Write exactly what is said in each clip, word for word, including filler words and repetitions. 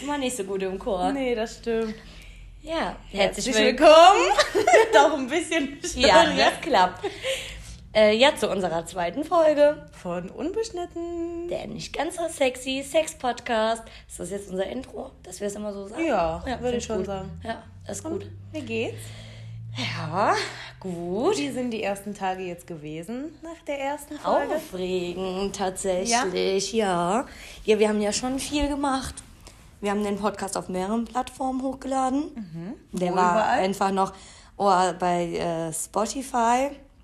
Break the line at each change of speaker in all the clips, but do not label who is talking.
mal nicht so gut im Chor.
Nee, das stimmt.
Ja,
herzlich, herzlich willkommen. Doch ein bisschen
schön. Ja, das klappt. Äh, ja, zu unserer zweiten Folge.
Von Unbeschnitten.
Der nicht ganz so sexy Sex-Podcast. Ist das jetzt unser Intro, dass wir es immer so sagen?
Ja, ja würde ich schon
gut.
sagen.
Ja, das ist
Und
gut.
Wie geht's?
Ja, gut.
Wie sind die ersten Tage jetzt gewesen nach der ersten Folge?
Aufregend, tatsächlich, ja. ja. Ja, wir haben ja schon viel gemacht. Wir haben den Podcast auf mehreren Plattformen hochgeladen.
Mhm.
Der
Wo
war
überall?
einfach noch oh, bei äh, Spotify,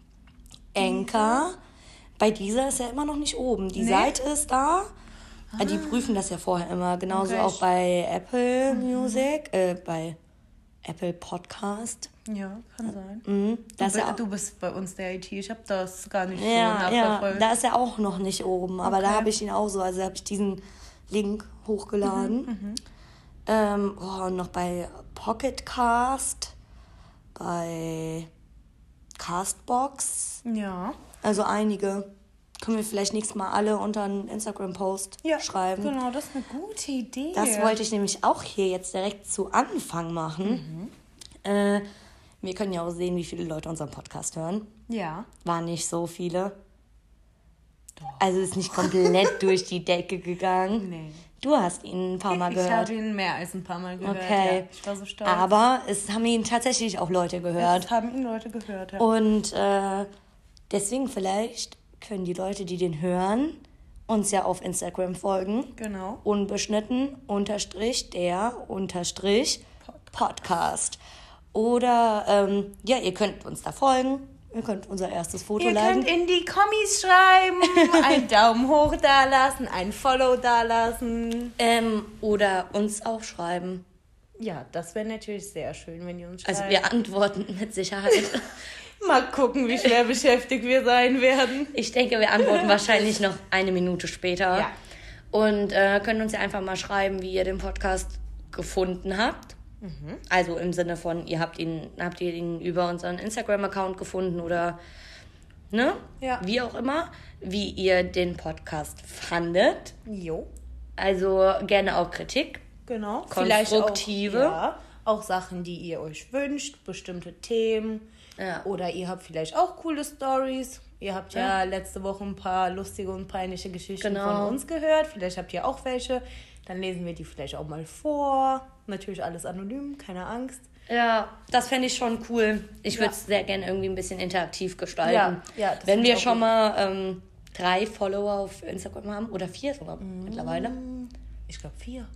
Anchor. Mhm. Bei dieser ist er immer noch nicht oben. Die nee. Seite ist da. Ah. Die prüfen das ja vorher immer. Genauso okay. auch bei Apple mhm. Music, äh, bei Apple Podcast.
Ja, kann sein.
Mhm.
Das du, ja du bist bei uns der I T. Ich habe das gar nicht
ja,
so nachverfolgt.
Ja, da ist er auch noch nicht oben. Aber
okay.
da habe ich ihn auch so. Also habe ich diesen Link hochgeladen. Mhm, mhm. Ähm, oh, noch bei Pocket Cast, bei Castbox.
Ja.
Also einige. Können wir vielleicht nächstes Mal alle unter einen Instagram-Post
ja,
schreiben.
Genau, das ist eine gute Idee.
Das wollte ich nämlich auch hier jetzt direkt zu Anfang machen. Mhm. Äh, wir können ja auch sehen, wie viele Leute unseren Podcast hören.
Ja.
Waren nicht so viele.
Doch.
Also ist nicht komplett durch die Decke gegangen.
Nee.
Du hast ihn ein paar Mal
ich
gehört.
Ich habe ihn mehr als ein paar Mal gehört.
Okay.
Ja, ich war so stolz.
Aber es haben ihn tatsächlich auch Leute gehört.
Es haben ihn Leute gehört, ja.
Und äh, deswegen vielleicht können die Leute, die den hören, uns ja auf Instagram folgen.
Genau.
Unbeschnitten unterstrich der unterstrich Podcast. Oder ähm, ja, ihr könnt uns da folgen. Ihr könnt unser erstes Foto
ihr
liken.
Ihr könnt in die Kommis schreiben, einen Daumen hoch dalassen, ein Follow dalassen.
Ähm, oder uns auch schreiben.
Ja, das wäre natürlich sehr schön, wenn ihr uns schreibt.
Also wir antworten mit Sicherheit.
Mal gucken, wie schwer beschäftigt wir sein werden.
Ich denke, wir antworten wahrscheinlich noch eine Minute später.
Ja.
Und äh, könnt uns ja einfach mal schreiben, wie ihr den Podcast gefunden habt.
Mhm.
Also im Sinne von, ihr habt ihn, habt ihr ihn über unseren Instagram-Account gefunden oder ne?
Ja.
Wie auch immer, wie ihr den Podcast fandet.
Jo.
Also gerne auch Kritik.
Genau.
Konstruktive.
Vielleicht auch, ja, auch Sachen, die ihr euch wünscht, bestimmte Themen.
Ja.
Oder ihr habt vielleicht auch coole Stories. Ihr habt ja,
ja
letzte Woche ein paar lustige und peinliche Geschichten
genau.
von uns gehört. Vielleicht habt ihr auch welche. Dann lesen wir die vielleicht auch mal vor. Natürlich alles anonym, keine Angst.
Ja, das fände ich schon cool. Ich würde es
ja.
sehr gerne irgendwie ein bisschen interaktiv gestalten.
Ja, ja, das
Wenn wir schon
gut.
mal ähm, drei Follower auf Instagram haben oder vier sogar mm. mittlerweile.
Ich glaube vier.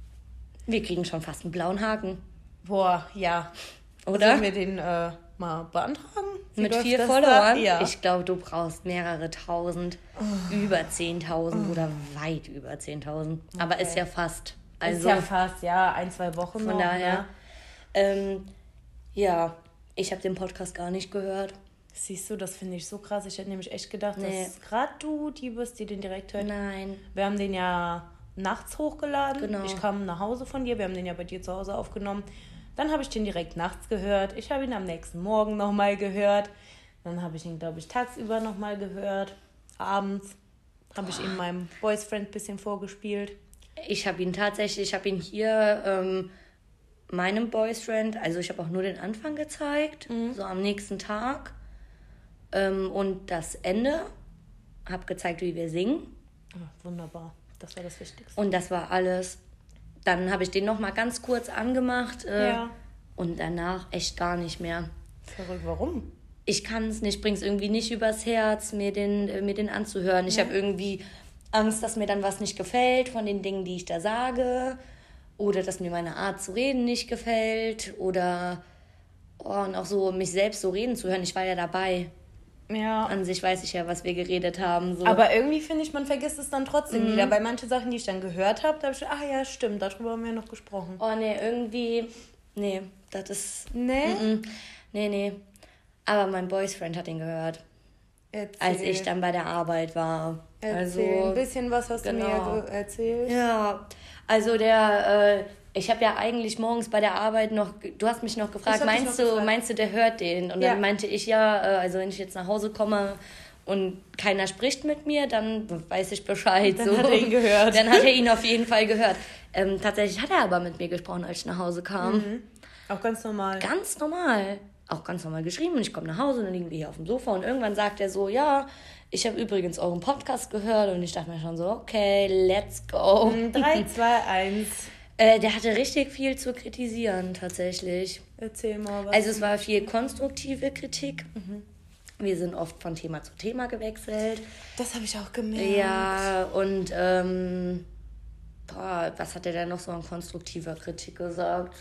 Wir kriegen schon fast einen blauen Haken.
Boah, ja.
Oder?
Sollen wir den äh, mal beantragen? Wie
Mit vier Followern? Ja. Ich glaube, du brauchst mehrere tausend, oh. über zehntausend oh. oder weit über zehntausend. Okay. Aber ist ja fast. Also,
ist ja fast, ja, ein, zwei Wochen
von
noch. Von
daher,
ne?
ähm, ja, ich habe den Podcast gar nicht gehört.
Siehst du, das finde ich so krass. Ich hätte nämlich echt gedacht,
nee.
dass gerade du die bist, die den direkt hört.
Nein.
Wir haben den ja nachts hochgeladen.
Genau.
Ich kam nach Hause von dir. Wir haben den ja bei dir zu Hause aufgenommen. Dann habe ich den direkt nachts gehört. Ich habe ihn am nächsten Morgen nochmal gehört. Dann habe ich ihn, glaube ich, tagsüber nochmal gehört. Abends habe ich ihm meinem Boyfriend ein bisschen vorgespielt.
Ich habe ihn tatsächlich, ich habe ihn hier ähm, meinem Boyfriend, also ich habe auch nur den Anfang gezeigt, mhm. so am nächsten Tag. Ähm, und das Ende, habe gezeigt, wie wir singen.
Oh, wunderbar, das war das Wichtigste.
Und das war alles. Dann habe ich den nochmal ganz kurz angemacht äh,
ja.
und danach echt gar nicht mehr.
Verrückt, warum?
Ich kann es nicht, bringe es irgendwie nicht übers Herz, mir den, äh, mir den anzuhören. Ich ja. habe irgendwie Angst, dass mir dann was nicht gefällt von den Dingen, die ich da sage. Oder dass mir meine Art zu reden nicht gefällt. Oder oh, und auch so mich selbst so reden zu hören. Ich war ja dabei.
Ja.
An sich weiß ich ja, was wir geredet haben. So.
Aber irgendwie finde ich, man vergisst es dann trotzdem
mhm.
wieder. Bei manchen Sachen, die ich dann gehört habe, da habe ich gedacht, ah ja, stimmt, darüber haben wir noch gesprochen.
Oh nee, irgendwie, nee, das ist...
Nee?
Mm-mm. Nee, nee. Aber mein Boyfriend hat ihn gehört.
Erzähl.
Als ich dann bei der Arbeit war.
Erzähl.
Also,
ein bisschen was hast
genau.
du mir erzählt.
Ja, also der, äh, ich habe ja eigentlich morgens bei der Arbeit noch, du hast mich noch gefragt, meinst
noch
du,
gefragt.
meinst du, der hört den? Und
ja.
dann meinte ich ja, äh, also wenn ich jetzt nach Hause komme und keiner spricht mit mir, dann weiß ich Bescheid.
Dann
so.
hat er ihn gehört.
Dann hat er ihn auf jeden Fall gehört. Ähm, tatsächlich hat er aber mit mir gesprochen, als ich nach Hause kam.
Mhm. Auch ganz normal.
Ganz normal. Auch ganz normal geschrieben. Und ich komme nach Hause und dann liegen wir hier auf dem Sofa. Und irgendwann sagt er so, ja, ich habe übrigens euren Podcast gehört. Und ich dachte mir schon so, okay, let's go.
drei, zwei, eins.
Äh, der hatte richtig viel zu kritisieren, tatsächlich.
Erzähl mal was.
Also es war viel konstruktive Kritik. Mhm. Wir sind oft von Thema zu Thema gewechselt.
Das habe ich auch gemerkt.
Ja, und ähm, boah, was hat er denn noch so an konstruktiver Kritik gesagt?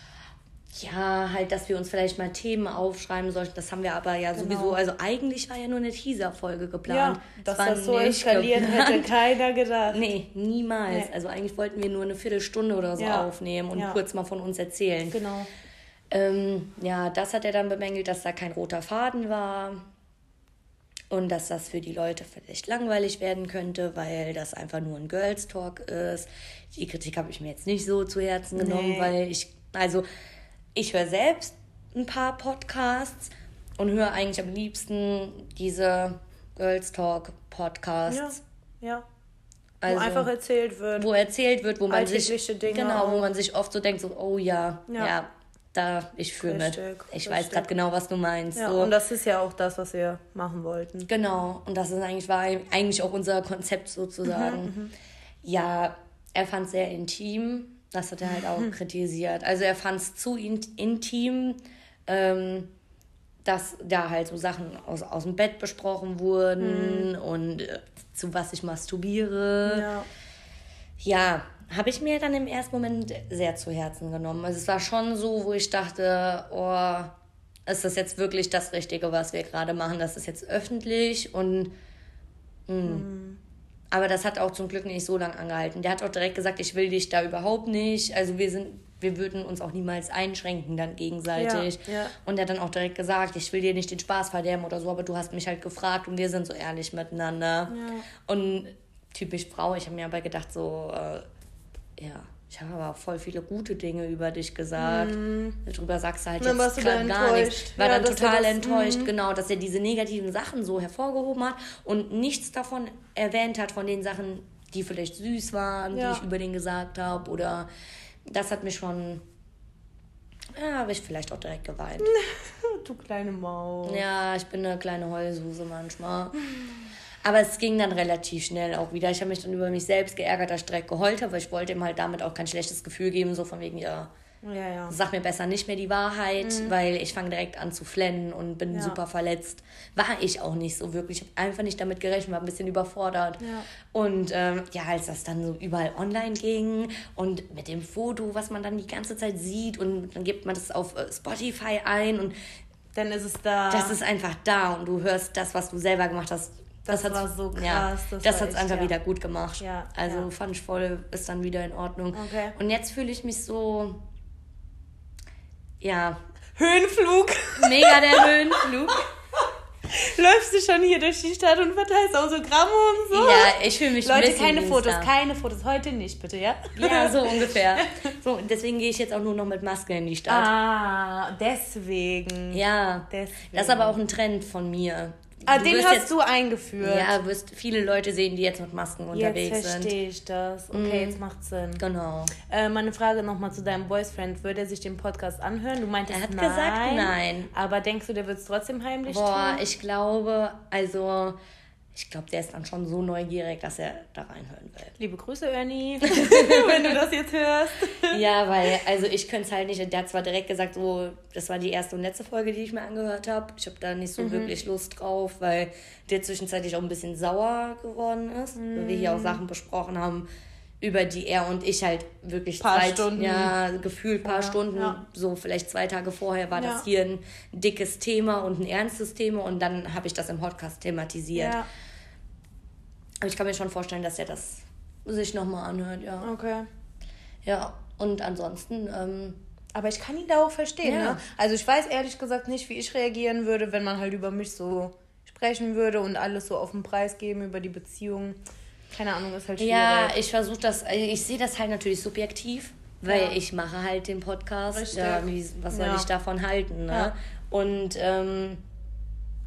Ja, halt, dass wir uns vielleicht mal Themen aufschreiben sollten. Das haben wir aber ja genau. sowieso. Also eigentlich war ja nur eine Teaser-Folge geplant.
Ja, dass das, das so eskaliert hätte keiner gedacht.
Nee, niemals. Nee. Also eigentlich wollten wir nur eine Viertelstunde oder so ja. aufnehmen und ja. kurz mal von uns erzählen.
Genau.
Ähm, ja, das hat er dann bemängelt, dass da kein roter Faden war. Und dass das für die Leute vielleicht langweilig werden könnte, weil das einfach nur ein Girls Talk ist. Die Kritik habe ich mir jetzt nicht so zu Herzen genommen, nee. weil ich, also ich höre selbst ein paar Podcasts und höre eigentlich am liebsten diese Girls Talk Podcasts.
Ja, ja. Also, wo einfach erzählt wird.
Wo erzählt wird, wo man sich,
Dinge
genau,
auch.
wo man sich oft so denkt, so, oh ja, ja, ja da, ich fühle mit. Ich richtig. weiß gerade genau, was du meinst.
Ja,
so.
Und das ist ja auch das, was wir machen wollten.
Genau, und das ist eigentlich, war eigentlich auch unser Konzept sozusagen. Mhm, ja, er fand es sehr intim, das hat er halt auch mhm. kritisiert. Also er fand es zu in, intim, ähm, dass da halt so Sachen aus, aus dem Bett besprochen wurden mhm. und äh, zu was ich masturbiere.
Ja.
Ja, habe ich mir dann im ersten Moment sehr zu Herzen genommen. Also es war schon so, wo ich dachte, oh, ist das jetzt wirklich das Richtige, was wir gerade machen? Das ist jetzt öffentlich und mh. Mhm. Aber das hat auch zum Glück nicht so lange angehalten. Der hat auch direkt gesagt, ich will dich da überhaupt nicht. Also wir sind, wir würden uns auch niemals einschränken dann gegenseitig.
Ja, ja.
Und er hat dann auch direkt gesagt, ich will dir nicht den Spaß verderben oder so, aber du hast mich halt gefragt und wir sind so ehrlich miteinander.
Ja.
Und typisch Frau, ich habe mir aber gedacht so, äh, ja, ich habe aber voll viele gute Dinge über dich gesagt. Mm. Darüber sagst du halt
dann
jetzt gerade gar nichts. War
ja,
dann total das, enttäuscht,
mm.
genau, dass er diese negativen Sachen so hervorgehoben hat und nichts davon erwähnt hat, von den Sachen, die vielleicht süß waren, ja. die ich über den gesagt habe. Oder das hat mich schon, ja, habe ich vielleicht auch direkt geweint.
Du kleine Maus.
Ja, ich bin eine kleine Heulsuse manchmal. Aber es ging dann relativ schnell auch wieder. Ich habe mich dann über mich selbst geärgert, dass ich direkt geheult habe, weil ich wollte ihm halt damit auch kein schlechtes Gefühl geben, so von wegen, ja,
ja, ja.
sag mir besser nicht mehr die Wahrheit, mhm. weil ich fange direkt an zu flennen und bin ja. super verletzt. War ich auch nicht so wirklich. Ich habe einfach nicht damit gerechnet, war ein bisschen überfordert.
Ja.
Und ähm, ja, als das dann so überall online ging und mit dem Foto, was man dann die ganze Zeit sieht und dann gibt man das auf Spotify ein und
dann ist es da.
Das ist einfach da und du hörst das, was du selber gemacht hast.
Das, das war so krass.
Ja,
das
das hat es
echt,
einfach
ja.
wieder gut gemacht.
Ja,
also
ja.
fand ich voll, ist dann wieder in Ordnung.
Okay.
Und jetzt fühle ich mich so, ja.
Höhenflug.
Mega der Höhenflug.
Läufst du schon hier durch die Stadt und verteilst Autogramme und so?
Ja, ich fühle mich
Leute,
ein bisschen
keine Fotos,
da.
keine Fotos. Heute nicht, bitte, ja?
Ja, so ungefähr. So, und deswegen gehe ich jetzt auch nur noch mit Maske in die Stadt.
Ah, deswegen.
Ja,
deswegen.
Das ist aber auch ein Trend von mir.
Ah,
du
den hast
jetzt,
du eingeführt.
Ja, du wirst viele Leute sehen, die jetzt mit Masken unterwegs sind.
Jetzt verstehe ich das. Okay, mm. jetzt macht's Sinn.
Genau.
Äh, meine Frage nochmal zu deinem Boyfriend. Würde er sich den Podcast anhören? Du meintest
nein. Er hat
nein,
gesagt nein.
Aber denkst du, der wird es trotzdem heimlich
Boah,
tun?
ich glaube, also... Ich glaube, der ist dann schon so neugierig, dass er da reinhören will.
Liebe Grüße, Ernie, wenn du das jetzt hörst.
Ja, weil, also ich könnte es halt nicht. Der hat zwar direkt gesagt, so, das war die erste und letzte Folge, die ich mir angehört habe. Ich habe da nicht so mhm. wirklich Lust drauf, weil der zwischenzeitlich auch ein bisschen sauer geworden ist. Mhm. Weil wir hier auch Sachen besprochen haben, über die er und ich halt wirklich
paar
Zeit,
Stunden.
ja, gefühlt paar
ja,
Stunden,
ja.
so vielleicht zwei Tage vorher war
ja.
das hier ein dickes Thema und ein ernstes Thema und dann habe ich das im Podcast thematisiert.
Ja.
Aber ich kann mir schon vorstellen, dass er das sich nochmal anhört, ja.
Okay.
Ja, und ansonsten... Ähm,
aber ich kann ihn da auch verstehen,
ja.
ne? Also ich weiß ehrlich gesagt nicht, wie ich reagieren würde, wenn man halt über mich so sprechen würde und alles so auf den Preis geben über die Beziehung. Keine Ahnung, ist halt schwierig.
Ja, ich versuche das... Ich sehe das halt natürlich subjektiv, weil ja. ich mache halt den Podcast.
Richtig.
Ja, wie, was soll
ja.
ich davon halten, ne?
Ja.
Und... Ähm,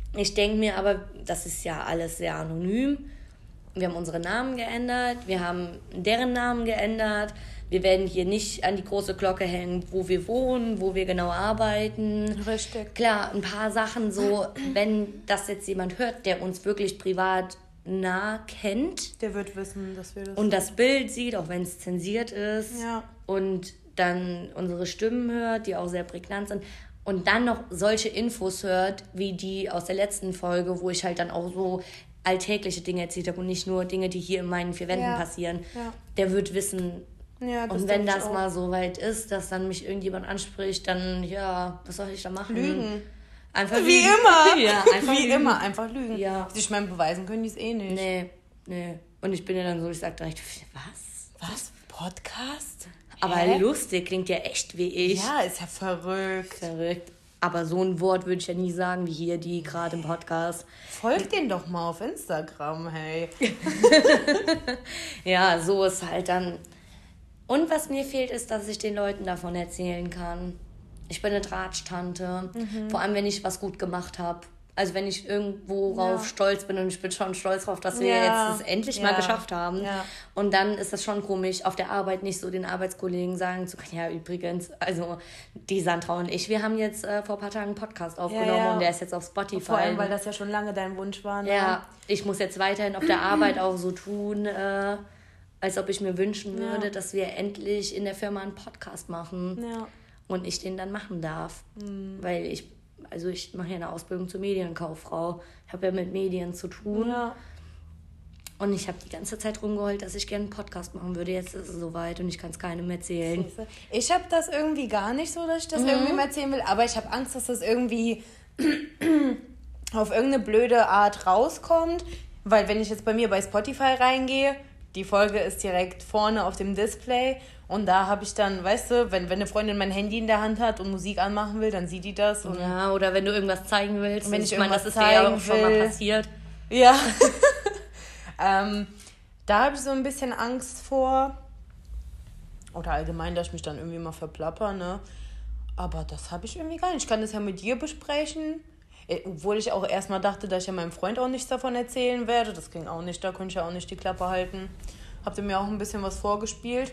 Ich denke mir aber, das ist ja alles sehr anonym. Wir haben unsere Namen geändert, wir haben deren Namen geändert. Wir werden hier nicht an die große Glocke hängen, wo wir wohnen, wo wir genau arbeiten.
Richtig.
Klar, ein paar Sachen so, wenn das jetzt jemand hört, der uns wirklich privat nah kennt.
Der wird wissen, dass wir das...
Und das Bild sieht, auch wenn es zensiert ist.
Ja.
Und dann unsere Stimmen hört, die auch sehr prägnant sind. Und dann noch solche Infos hört, wie die aus der letzten Folge, wo ich halt dann auch so alltägliche Dinge erzählt habe und nicht nur Dinge, die hier in meinen vier Wänden
ja.
passieren.
Ja.
Der wird wissen...
Ja, das
und wenn das
auch.
mal so weit ist, dass dann mich irgendjemand anspricht, dann, ja, was soll ich da machen?
Lügen.
Einfach
Wie
lügen.
immer.
Ja, einfach
Wie
lügen.
immer, einfach lügen.
Ja.
Ich meine, beweisen können die es eh nicht.
Nee, nee. Und ich bin ja dann so, ich sag direkt, was?
Was? Podcast?
Aber
Hä?
lustig, klingt ja echt wie ich.
Ja, ist ja verrückt.
Verrückt. Aber so ein Wort würde ich ja nie sagen, wie hier die gerade im Podcast.
Folgt den doch mal auf Instagram, hey.
Ja, so ist halt dann... Und was mir fehlt, ist, dass ich den Leuten davon erzählen kann. Ich bin eine Tratsch-Tante. Mhm. Vor allem, wenn ich was gut gemacht habe. Also wenn ich irgendwo
Ja.
rauf stolz bin und ich bin schon stolz drauf, dass wir
Ja.
jetzt es endlich
Ja.
mal geschafft haben.
Ja.
Und dann ist das schon komisch, auf der Arbeit nicht so den Arbeitskollegen sagen zu können, ja übrigens, also die Sandra und ich, wir haben jetzt äh, vor ein paar Tagen einen Podcast aufgenommen
Ja, ja.
und der ist jetzt auf Spotify.
Vor allem, weil das ja schon lange dein Wunsch war. Ne?
Ja, ich muss jetzt weiterhin auf der Arbeit auch so tun, äh, als ob ich mir wünschen würde,
Ja.
dass wir endlich in der Firma einen Podcast machen
Ja.
und ich den dann machen darf. Mhm. Weil ich, also ich mache ja eine Ausbildung zur Medienkauffrau, habe ja mit Medien zu tun.
Ja.
Und ich habe die ganze Zeit rumgeheult, dass ich gerne einen Podcast machen würde. Jetzt ist es soweit und ich kann es keinem erzählen.
Ich habe das irgendwie gar nicht so, dass ich das mhm. irgendwie mal erzählen will, aber ich habe Angst, dass das irgendwie auf irgendeine blöde Art rauskommt, weil wenn ich jetzt bei mir bei Spotify reingehe, die Folge ist direkt vorne auf dem Display und da habe ich dann, weißt du, wenn, wenn eine Freundin mein Handy in der Hand hat und Musik anmachen will, dann sieht die das. Und
ja, oder wenn du irgendwas zeigen willst.
Wenn ich,
ich meine, das ist dir
ja
ja auch schon mal passiert.
Ja. ähm, da habe ich so ein bisschen Angst vor. Oder allgemein, dass ich mich dann irgendwie mal verplapper, ne? Aber das habe ich irgendwie gar nicht. Ich kann das ja mit dir besprechen. Obwohl ich auch erstmal dachte, dass ich ja meinem Freund auch nichts davon erzählen werde. Das ging auch nicht, da konnte ich ja auch nicht die Klappe halten. Habt ihr mir auch ein bisschen was vorgespielt.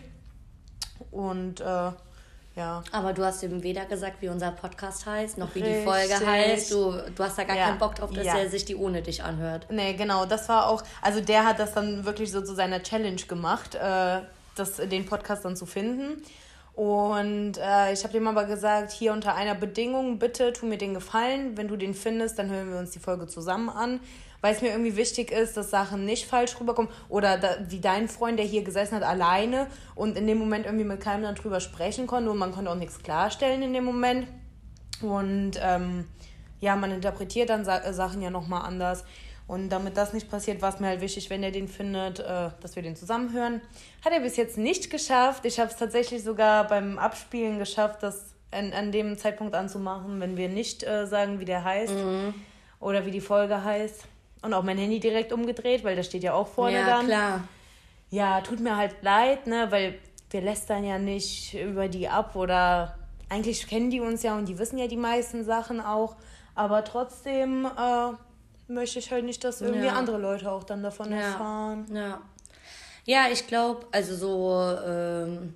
Und äh, ja.
Aber du hast ihm weder gesagt, wie unser Podcast heißt, noch wie
Richtig.
die Folge heißt. Du, du hast da gar
Ja.
keinen Bock drauf, dass
Ja.
er sich die ohne dich anhört.
Nee, genau, das war auch, also der hat das dann wirklich so zu seiner Challenge gemacht, äh, das, den Podcast dann zu finden. Und äh, ich habe dem aber gesagt, hier unter einer Bedingung, bitte tu mir den Gefallen, wenn du den findest, dann hören wir uns die Folge zusammen an, weil es mir irgendwie wichtig ist, dass Sachen nicht falsch rüberkommen oder da, wie dein Freund, der hier gesessen hat, alleine und in dem Moment irgendwie mit keinem dann drüber sprechen konnte und man konnte auch nichts klarstellen in dem Moment und ähm, ja, man interpretiert dann Sa- Sachen ja nochmal anders. Und damit das nicht passiert, war es mir halt wichtig, wenn er den findet, äh, dass wir den zusammen hören. Hat er bis jetzt nicht geschafft. Ich habe es tatsächlich sogar beim Abspielen geschafft, das an, an dem Zeitpunkt anzumachen, wenn wir nicht äh, sagen, wie der heißt mhm. oder wie die Folge heißt. Und auch mein Handy direkt umgedreht, weil das steht ja auch vorne
ja,
dann.
Ja, klar.
Ja, tut mir halt leid, ne, weil wir lästern ja nicht über die ab oder eigentlich kennen die uns ja und die wissen ja die meisten Sachen auch. Aber trotzdem... Äh, möchte ich halt nicht, dass irgendwie ja. andere Leute auch dann davon
ja.
erfahren.
Ja, ja ich glaube, also so, ähm,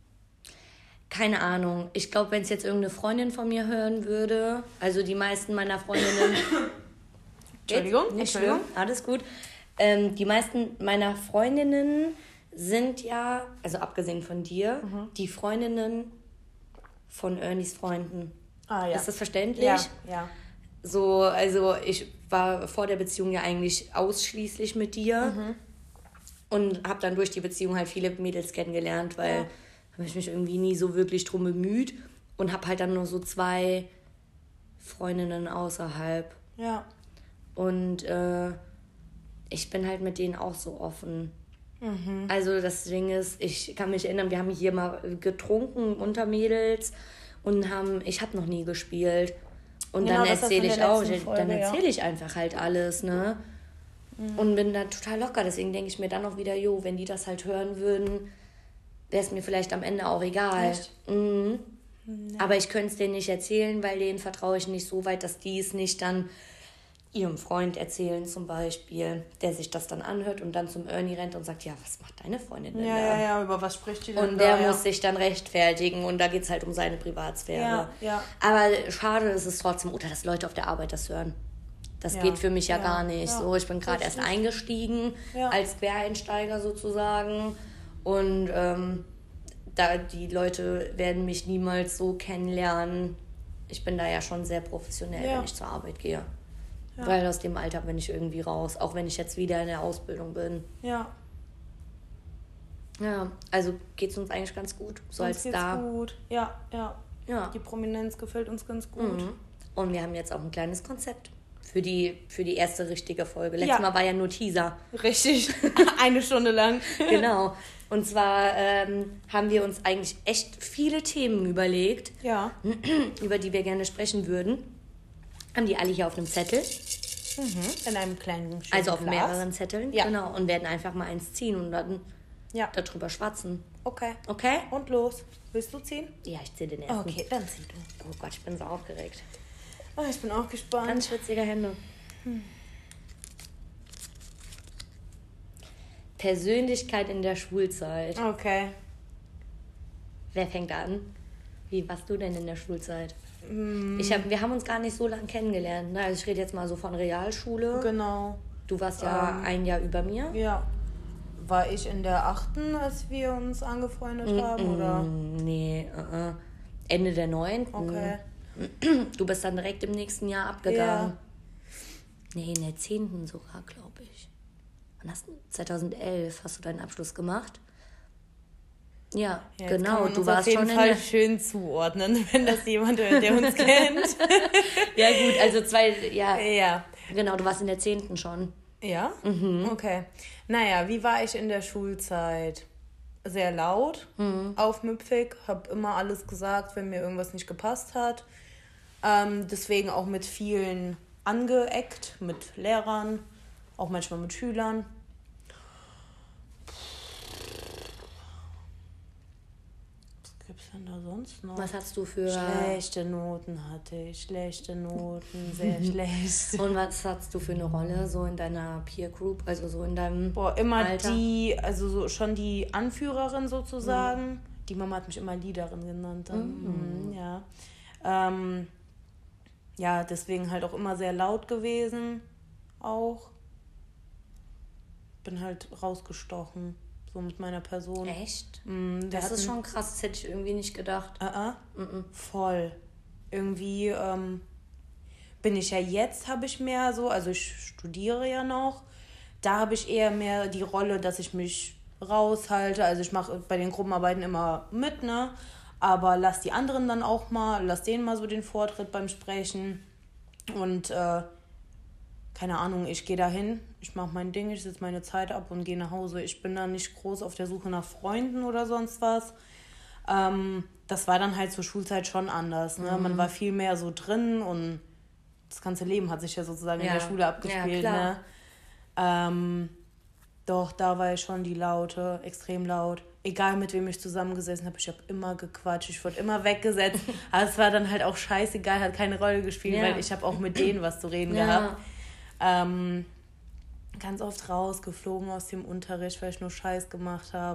keine Ahnung. Ich glaube, wenn es jetzt irgendeine Freundin von mir hören würde, also die meisten meiner Freundinnen...
Entschuldigung,
nicht
Entschuldigung.
Schlimm, alles gut. Ähm, die meisten meiner Freundinnen sind ja, also abgesehen von dir, mhm. die Freundinnen von Ernies Freunden.
Ah, ja.
Ist das verständlich?
Ja, ja.
So, also ich war vor der Beziehung ja eigentlich ausschließlich mit dir mhm. und habe dann durch die Beziehung halt viele Mädels kennengelernt, weil ja. habe ich mich irgendwie nie so wirklich drum bemüht und habe halt dann nur so zwei Freundinnen außerhalb.
Ja.
Und äh, ich bin halt mit denen auch so offen. Mhm. Also das Ding ist, ich kann mich erinnern, wir haben hier mal getrunken unter Mädels und haben, ich habe noch nie gespielt. Und genau, dann erzähle ich auch, Folge, dann erzähle ja. ich einfach halt alles, ne? Mhm. Und bin da total locker. Deswegen denke ich mir dann auch wieder, jo, wenn die das halt hören würden, wäre es mir vielleicht am Ende auch egal. Mhm. Mhm. Aber ich könnte es denen nicht erzählen, weil denen vertraue ich nicht so weit, dass die es nicht dann ihrem Freund erzählen zum Beispiel, der sich das dann anhört und dann zum Ernie rennt und sagt, ja, was macht deine Freundin denn
ja,
da?
Ja, ja, über was spricht die denn
Und
da?
der
ja.
muss sich dann rechtfertigen und da geht es halt um seine Privatsphäre.
Ja, ja.
Aber schade ist es trotzdem, oder dass Leute auf der Arbeit das hören. Das
Ja,
geht für mich ja,
ja,
gar nicht.
ja.
So, ich bin gerade erst
Richtig.
eingestiegen
Ja.
als Quereinsteiger sozusagen und ähm, da die Leute werden mich niemals so kennenlernen. Ich bin da ja schon sehr professionell,
Ja.
wenn ich zur Arbeit gehe.
Ja.
Weil aus dem Alter bin ich irgendwie raus, auch wenn ich jetzt wieder in der Ausbildung bin.
Ja.
Ja, also geht's uns eigentlich ganz gut. So
Uns
als
geht's
da.
gut. Ja, ja.
Ja.
Die Prominenz gefällt uns ganz gut.
Mhm. Und wir haben jetzt auch ein kleines Konzept für die, für die erste richtige Folge. Letztes
Ja.
Mal war ja nur Teaser.
Richtig. Eine Stunde lang.
Genau. Und zwar ähm, haben wir uns eigentlich echt viele Themen überlegt,
Ja.
über die wir gerne sprechen würden. Haben die alle hier auf einem Zettel,
Mhm. In einem kleinen schönen
also auf
Glas.
mehreren Zetteln.
Ja.
Genau. Und werden einfach mal eins ziehen und dann
Ja.
darüber schwatzen.
Okay.
Okay?
Und los. Willst du ziehen?
Ja, ich ziehe den ersten.
Okay, dann zieh du.
Oh Gott, ich bin so aufgeregt.
Oh, ich bin auch gespannt.
Ganz schwitzige Hände. Persönlichkeit in der Schulzeit.
Okay.
Wer fängt an? Wie warst du denn in der Schulzeit?
Mm,
Ich hab, wir haben uns gar nicht so lange kennengelernt. Ne? Also ich rede jetzt mal so von Realschule.
Genau.
Du warst ja
Ähm,
ein Jahr über mir.
Ja. War ich in der achten, als wir uns angefreundet haben, oder?
Mm, Nee, uh -uh. Ende der neunten.
Okay.
Du bist dann direkt im nächsten Jahr abgegangen. Nee, in der zehnten sogar, glaube ich. Wann hast du? zweitausendelf hast du deinen Abschluss gemacht. Ja,
Ja, jetzt
genau.
kann man
Du
uns
warst
auf jeden
schon in
Fall
der...
schön zuordnen, wenn das jemand hört, der uns kennt.
Ja gut, also zwei... Ja,
Ja.
genau, du warst in der zehnten schon.
Ja? Okay. Naja, wie war ich in der Schulzeit? Sehr laut, aufmüpfig, habe immer alles gesagt, wenn mir irgendwas nicht gepasst hat. Ähm, deswegen auch mit vielen angeeckt, mit Lehrern, auch manchmal mit Schülern. Was gibt's denn da sonst noch?
Was hast du für...
Schlechte Noten hatte ich, schlechte Noten, sehr schlecht.
Und was hast du für eine Rolle so in deiner Peer Group, also so in deinem
Boah, immer
Alter?
die, also so schon die Anführerin sozusagen. Mhm. Die Mama hat mich immer Leaderin genannt. Dann. Mhm, ja. Ähm, ja, deswegen halt auch immer sehr laut gewesen. Auch. Bin halt rausgestochen. So mit meiner Person.
Echt?
Mhm, wir
Das ist
hatten-
schon krass, das hätte ich irgendwie nicht gedacht.
Ah, ah.
Mhm.
Voll. Irgendwie ähm, bin ich ja jetzt, habe ich mehr so, also ich studiere ja noch, da habe ich eher mehr die Rolle, dass ich mich raushalte. Also ich mache bei den Gruppenarbeiten immer mit, ne? Aber lass die anderen dann auch mal, lass denen mal so den Vortritt beim Sprechen. Und äh, keine Ahnung, ich gehe da hin, ich mache mein Ding, ich sitze meine Zeit ab und gehe nach Hause. Ich bin da nicht groß auf der Suche nach Freunden oder sonst was. Ähm, das war dann halt zur Schulzeit schon anders. Ne?
Mhm.
Man war viel mehr so drin und das ganze Leben hat sich ja sozusagen
Ja.
in der Schule abgespielt.
Ja, klar.
Ne? Ähm, doch, da war ich schon die Laute, extrem laut. Egal mit wem ich zusammengesessen habe, ich habe immer gequatscht, ich wurde immer weggesetzt. Aber es war dann halt auch scheißegal, hat keine Rolle gespielt,
Ja.
weil ich habe auch mit denen was zu reden
Ja.
gehabt. Ähm, ganz oft rausgeflogen aus dem Unterricht, weil ich nur Scheiß gemacht habe.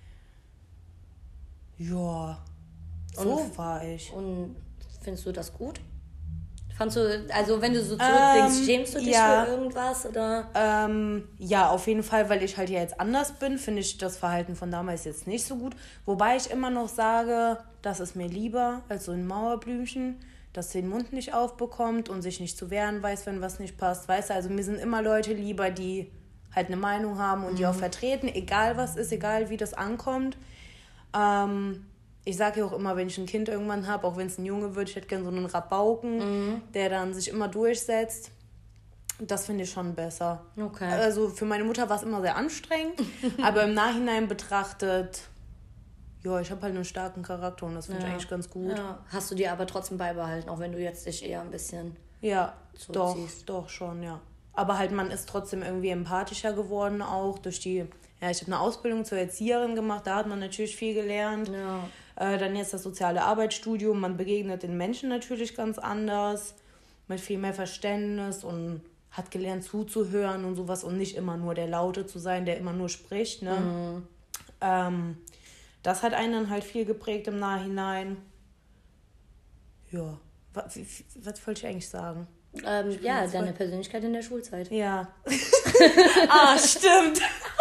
Ja, so
Und-
war ich.
Und findest du das gut? Fandst du, also wenn du so zurückblickst,
Ähm,
schämst du dich
ja.
für irgendwas oder?
Ähm, ja, auf jeden Fall, weil ich halt ja jetzt anders bin, finde ich das Verhalten von damals jetzt nicht so gut. Wobei ich immer noch sage, das ist mir lieber als so ein Mauerblümchen, das den Mund nicht aufbekommt und sich nicht zu wehren weiß, wenn was nicht passt. Weißt du, also mir sind immer Leute lieber, die halt eine Meinung haben und die auch vertreten, egal was ist, egal wie das ankommt. Ähm, ich sage ja auch immer, wenn ich ein Kind irgendwann habe, auch wenn es ein Junge wird, ich hätte gerne so einen Rabauken, der dann sich immer durchsetzt. Das finde ich schon besser.
Okay.
Also für meine Mutter war es immer sehr anstrengend, aber im Nachhinein betrachtet, ja, ich habe halt einen starken Charakter und das finde ich
Ja.
eigentlich ganz gut.
Ja. Hast du dir aber trotzdem beibehalten, auch wenn du jetzt dich eher ein bisschen...
Ja, doch,
zurückziehst.
doch schon, ja. Aber halt, man ist trotzdem irgendwie empathischer geworden auch durch die, ja, ich habe eine Ausbildung zur Erzieherin gemacht, da hat man natürlich viel gelernt.
Ja.
Äh, dann jetzt das soziale Arbeitsstudium, man begegnet den Menschen natürlich ganz anders, mit viel mehr Verständnis und hat gelernt zuzuhören und sowas und nicht immer nur der Laute zu sein, der immer nur spricht. Ne? Mhm. Ähm, das hat einen dann halt viel geprägt im Nachhinein. Ja, was, was wollte ich eigentlich sagen?
Ähm, ja, deine Persönlichkeit in der Schulzeit.
Ja. Ah, stimmt.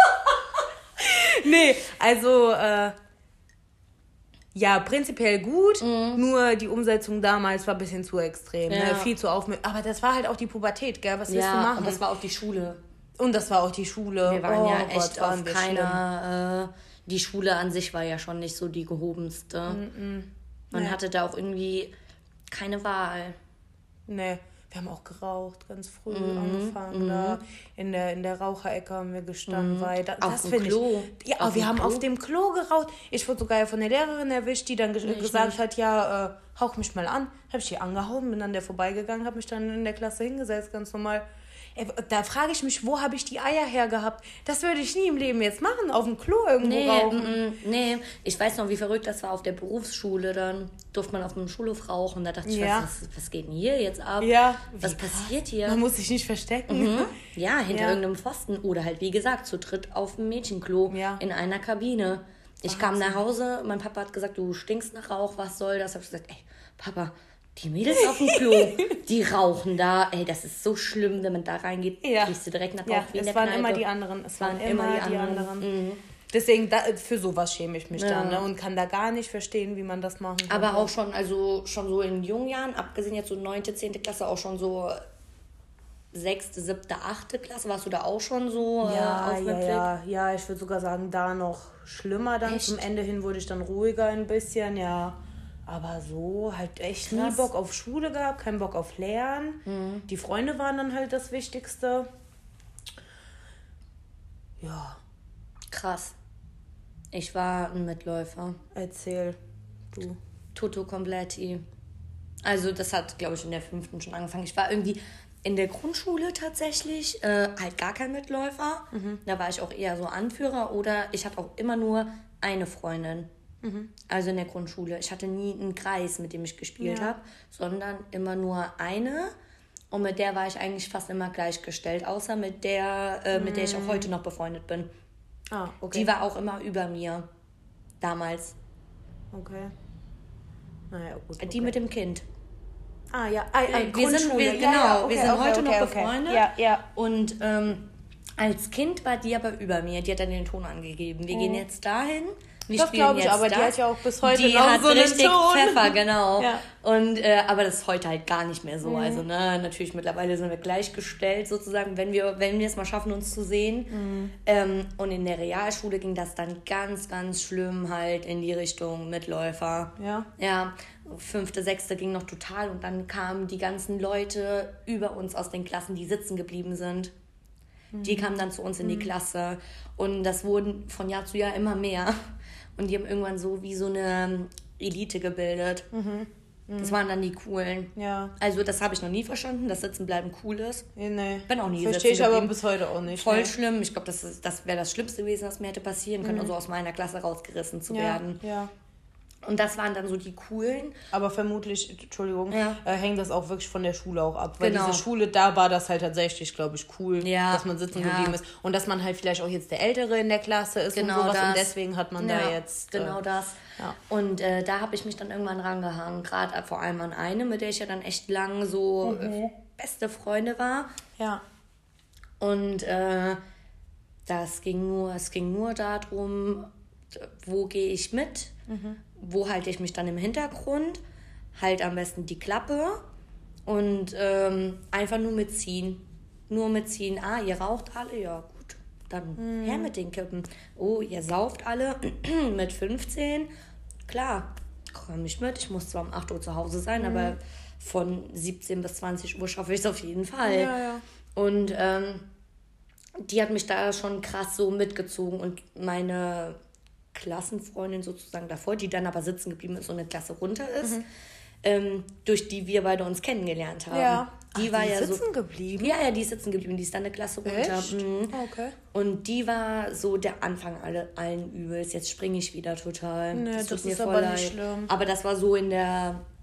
Nee, also, äh, ja, prinzipiell gut, mhm. nur die Umsetzung damals war ein bisschen zu extrem, ja. ne? Viel zu aufmerksam. Aber das war halt auch die Pubertät, gell? Was willst
ja,
du machen?
Und das war auch die Schule.
Und das war auch die Schule.
Wir waren
oh,
ja
Gott,
echt auf keiner, äh, die Schule an sich war ja schon nicht so die gehobenste. Mm-mm. Man nee. hatte da auch irgendwie keine Wahl.
Nee. Wir haben auch geraucht, ganz früh mhm, angefangen. Mhm. Da in der, in der Raucherecke haben wir gestanden. Mhm. Weil da,
auf
das
dem Klo?
Ich, ja, auf wir haben Klo? auf dem Klo geraucht. Ich wurde sogar von der Lehrerin erwischt, die dann ge- nee, gesagt nicht. hat, ja, äh, hauch mich mal an. Habe ich die angehauen, bin an der vorbeigegangen, habe mich dann in der Klasse hingesetzt, ganz normal. Da frage ich mich, wo habe ich die Eier hergehabt? Das würde ich nie im Leben jetzt machen, auf dem Klo irgendwo
nee,
rauchen.
M- nee, ich weiß noch, wie verrückt das war auf der Berufsschule. Dann durfte man auf dem Schulhof rauchen. Da dachte ich, ja. was, was, was geht denn hier jetzt ab?
Ja,
was passiert hier?
Man muss sich nicht verstecken.
Mhm. Ja, hinter ja. irgendeinem Pfosten. Oder halt, wie gesagt, zu dritt auf dem Mädchenklo ja. in einer Kabine. Ich Ach, kam nach Hause, mein Papa hat gesagt, du stinkst nach Rauch, was soll das? Hab ich gesagt, ey, Papa, die Mädels auf dem Klo, die rauchen da. Ey, das ist so schlimm, wenn man da reingeht, ja. riechst du direkt nach Rauch
ja,
wie in der
es waren
Kneipe.
immer die anderen. Es waren,
waren
immer die anderen. anderen. Mhm. Deswegen, da, für sowas schäme ich mich ja. dann, ne? Und kann da gar nicht verstehen, wie man das machen kann.
Aber auch schon, also schon so in jungen Jahren, abgesehen jetzt so neunte, zehnte Klasse, auch schon so sechste, siebte, achte Klasse, warst du da auch schon so
ja,
äh, auf
ja, ja, ja, ich würde sogar sagen, da noch schlimmer dann. Echt? Zum Ende hin wurde ich dann ruhiger ein bisschen, ja. Aber so halt echt Krass. nie Bock auf Schule gehabt, keinen Bock auf Lernen. Mhm. Die Freunde waren dann halt das Wichtigste. Ja.
Krass. Ich war ein Mitläufer.
Erzähl, du.
Tutto completi. Also das hat, glaube ich, in der fünften schon angefangen. Ich war irgendwie in der Grundschule tatsächlich äh, halt gar kein Mitläufer. Mhm. Da war ich auch eher so Anführer oder ich hatte auch immer nur eine Freundin. Mhm. Also in der Grundschule. Ich hatte nie einen Kreis, mit dem ich gespielt ja. habe, sondern immer nur eine. Und mit der war ich eigentlich fast immer gleichgestellt, außer mit der, äh, mit mhm. der ich auch heute noch befreundet bin.
Ah, okay.
Die war auch immer über mir. Damals.
Okay. Naja, gut.
Die
okay.
mit dem Kind.
Ah, ja. Ah, ah,
wir sind, wir, genau,
ja, okay,
wir sind
okay,
heute
okay,
noch
okay.
befreundet.
Ja, ja.
Und ähm, als Kind war die aber über mir. Die hat dann den Ton angegeben. Wir mhm. gehen jetzt dahin. Wir
das glaube ich, aber
das.
die hat ja auch bis heute
die
noch
hat
so einen
richtig
Ton.
Pfeffer, genau.
Ja.
Und, äh, aber das ist heute halt gar nicht mehr so.
Mhm.
Also ne, natürlich mittlerweile sind wir gleichgestellt sozusagen, wenn wir, wenn wir es mal schaffen, uns zu sehen. Mhm. Ähm, und in der Realschule ging das dann ganz, ganz schlimm halt in die Richtung Mitläufer.
Ja.
Ja, fünfte, sechste ging noch total und dann kamen die ganzen Leute über uns aus den Klassen, die sitzen geblieben sind. Mhm. Die kamen dann zu uns in die mhm. Klasse und das wurden von Jahr zu Jahr immer mehr. Und die haben irgendwann so wie so eine Elite gebildet. Mhm. Mhm. Das waren dann die Coolen.
Ja.
Also das habe ich noch nie verstanden, dass Sitzen bleiben cool ist.
Nee, nee.
Bin auch nie
Verstehe ich aber bis heute auch nicht.
Voll
ne?
schlimm. Ich glaube, das, das wäre das Schlimmste gewesen, was mir hätte passieren können, mhm. also aus meiner Klasse rausgerissen zu
ja,
werden.
Ja.
Und das waren dann so die Coolen.
Aber vermutlich, Entschuldigung,
ja.
äh, hängt das auch wirklich von der Schule auch ab. Weil
genau.
diese Schule, da war das halt tatsächlich, glaube ich, cool,
ja.
dass man sitzen
ja.
geblieben ist. Und dass man halt vielleicht auch jetzt der Ältere in der Klasse ist
genau
und sowas.
das.
Und deswegen hat man
ja.
da jetzt...
Genau
äh,
das.
Ja.
Und äh, da habe ich mich dann irgendwann rangehangen. Gerade vor allem an eine, mit der ich ja dann echt lang so mhm. äh, beste Freunde war.
Ja.
Und äh, das ging nur, es ging nur darum, wo gehe ich mit, mhm. wo halte ich mich dann im Hintergrund, halt am besten die Klappe und ähm, einfach nur mitziehen. Nur mitziehen. Ah, ihr raucht alle? Ja, gut. Dann mhm. her mit den Kippen. Oh, ihr sauft alle mit fünfzehn? Klar, komme ich mit. Ich muss zwar um acht Uhr zu Hause sein, mhm. aber von siebzehn bis zwanzig Uhr schaffe ich es auf jeden Fall.
Ja, ja.
Und ähm, die hat mich da schon krass so mitgezogen und meine Klassenfreundin sozusagen davor, die dann aber sitzen geblieben ist und eine Klasse runter ist, mhm. ähm, durch die wir beide uns kennengelernt haben.
Ja.
Die
Ach,
war
die
ja
ist sitzen
so,
geblieben?
Ja, ja, die ist sitzen geblieben. Die ist dann eine Klasse runter.
Echt?
Mhm.
Okay.
Und die war so der Anfang alle, allen Übels. Jetzt springe ich wieder total.
Nee,
das
das
tut mir
ist
voll
aber
leid.
nicht schlimm.
Aber das war so in der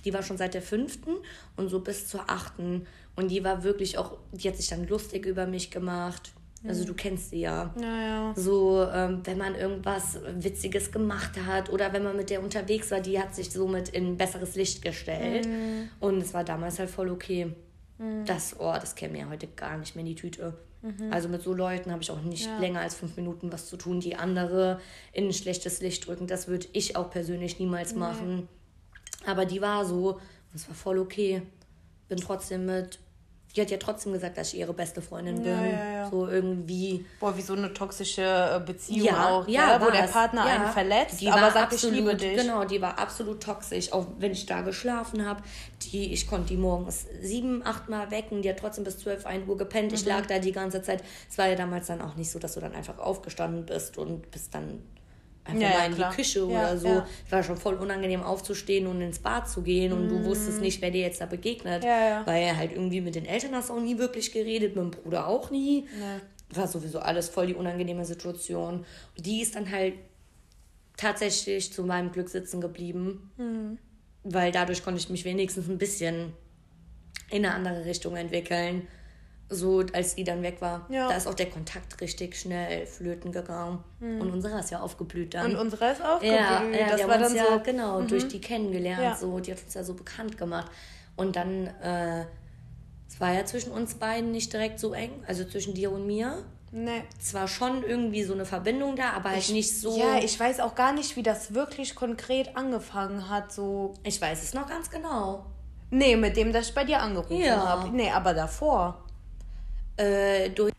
die war schon seit der fünften und so bis zur achten. Und die war wirklich auch, die hat sich dann lustig über mich gemacht. Also du kennst sie ja.
Ja, ja.
So, ähm, wenn man irgendwas Witziges gemacht hat oder wenn man mit der unterwegs war, die hat sich somit in ein besseres Licht gestellt. Mhm. Und es war damals halt voll okay. Mhm. Das, oh, das käme mir heute gar nicht mehr in die Tüte. Mhm. Also mit so Leuten habe ich auch nicht ja. länger als fünf Minuten was zu tun, die andere in ein schlechtes Licht drücken. Das würde ich auch persönlich niemals machen. Nee. Aber die war so und es war voll okay. Bin trotzdem mit... Die hat ja trotzdem gesagt, dass ich ihre beste Freundin bin. Ja, ja, ja. So irgendwie.
Boah, wie so eine toxische Beziehung ja, auch, ja, ja, wo der Partner ja. einen verletzt,
die aber sagt, absolut, ich liebe dich. Genau, die war absolut toxisch, auch wenn ich da geschlafen habe. Die, ich konnte die morgens sieben, acht Mal wecken, die hat trotzdem bis zwölf, ein Uhr gepennt. Mhm. Ich lag da die ganze Zeit. Es war ja damals dann auch nicht so, dass du dann einfach aufgestanden bist und bist dann einfach ja, mal in klar. die Küche ja, oder so. Ja. Es war schon voll unangenehm aufzustehen und ins Bad zu gehen und mm. du wusstest nicht, wer dir jetzt da begegnet. Ja, ja. Weil halt irgendwie mit den Eltern hast du auch nie wirklich geredet, mit dem Bruder auch nie. Ja. War sowieso alles voll die unangenehme Situation. Und die ist dann halt tatsächlich zu meinem Glück sitzen geblieben, mm. weil dadurch konnte ich mich wenigstens ein bisschen in eine andere Richtung entwickeln. So, als die dann weg war, ja. da ist auch der Kontakt richtig schnell flöten gegangen. Mhm. Und unsere ist ja aufgeblüht dann.
Und unsere ist aufgeblüht.
Ja, ja das war dann ja, so... genau, mhm. durch die kennengelernt. Ja. So, die hat uns ja so bekannt gemacht. Und dann, äh, es war ja zwischen uns beiden nicht direkt so eng, also zwischen dir und mir. Nee. Es war schon irgendwie so eine Verbindung da, aber halt
ich,
nicht so...
Ja, ich weiß auch gar nicht, wie das wirklich konkret angefangen hat. So.
Ich weiß es noch ganz genau.
Nee, mit dem, dass ich bei dir angerufen ja. habe. Nee, aber davor...
Äh, durch.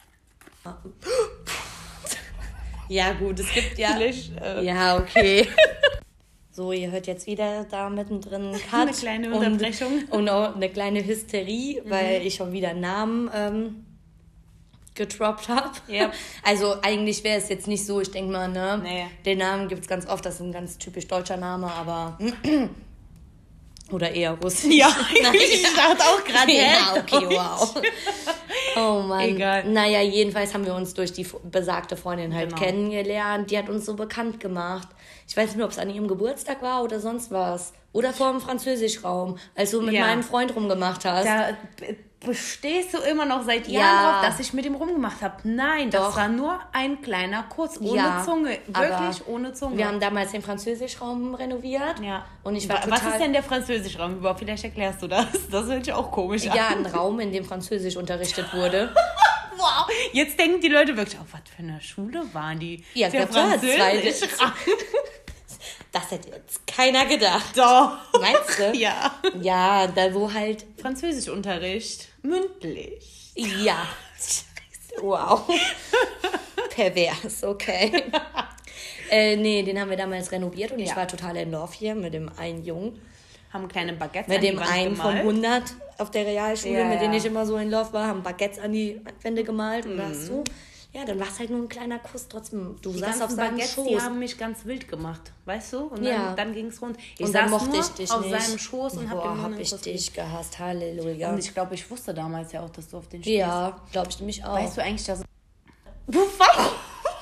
Ja, gut, es gibt ja. Äh. Ja, okay. So, ihr hört jetzt wieder da mittendrin einen Cut.
Eine kleine Unterbrechung.
Und, und auch eine kleine Hysterie, mhm. weil ich schon wieder Namen ähm, getroppt habe. Yep. Also, eigentlich wäre es jetzt nicht so, ich denke mal, ne? Nee. Den Namen gibt es ganz oft, das ist ein ganz typisch deutscher Name, aber. Oder eher russisch.
Ja, ich dachte auch gerade.
Ja, okay, wow. Oh Mann. Egal. Naja, jedenfalls haben wir uns durch die besagte Freundin halt genau. kennengelernt. Die hat uns so bekannt gemacht. Ich weiß nicht mehr, ob es an ihrem Geburtstag war oder sonst was. Oder vor dem Französischraum, als du mit ja. meinem Freund rumgemacht hast.
Da bestehst du immer noch seit Jahren ja. drauf, dass ich mit ihm rumgemacht habe. Nein, das Doch. war nur ein kleiner Kuss, ohne ja, Zunge. Wirklich ohne Zunge.
Wir haben damals den Französischraum renoviert. Ja. Und ich war
Was total... ist denn der Französischraum überhaupt? Vielleicht erklärst du das. Das hört sich auch komisch an.
Ja, ein Raum, in dem Französisch unterrichtet wurde.
Wow. Jetzt denken die Leute wirklich, oh, was für eine Schule waren die?
Ja, der Französischraum. Das hätte jetzt keiner gedacht.
Doch.
Meinst du?
Ja.
Ja, da wo halt...
Französischunterricht. Mündlich.
Ja. Wow. Pervers, okay. äh, nee, den haben wir damals renoviert und ja. ich war total in Love hier mit dem einen Jungen.
Haben kleine Baguettes
mit an dem die Wand einen gemalt. Von hundert auf der Realschule, ja, mit denen ja. ich immer so in Love war, haben Baguettes an die Wände gemalt und mhm. das so. Ja, dann war es halt nur ein kleiner Kuss trotzdem. Du
die
saßt auf seinem
Baguettes,
Schoß.
Die haben mich ganz wild gemacht, weißt du? Und
ja.
dann, dann ging es rund. Ich
und
saß
dann mochte
nur
ich dich
auf
nicht.
seinem Schoß und
Boah,
hab,
hab ich dich gehasst. Halleluja.
Und ich glaube, ich wusste damals ja auch, dass du auf den stehst.
Ja, glaube ich nämlich auch.
Weißt du eigentlich, dass... Warum?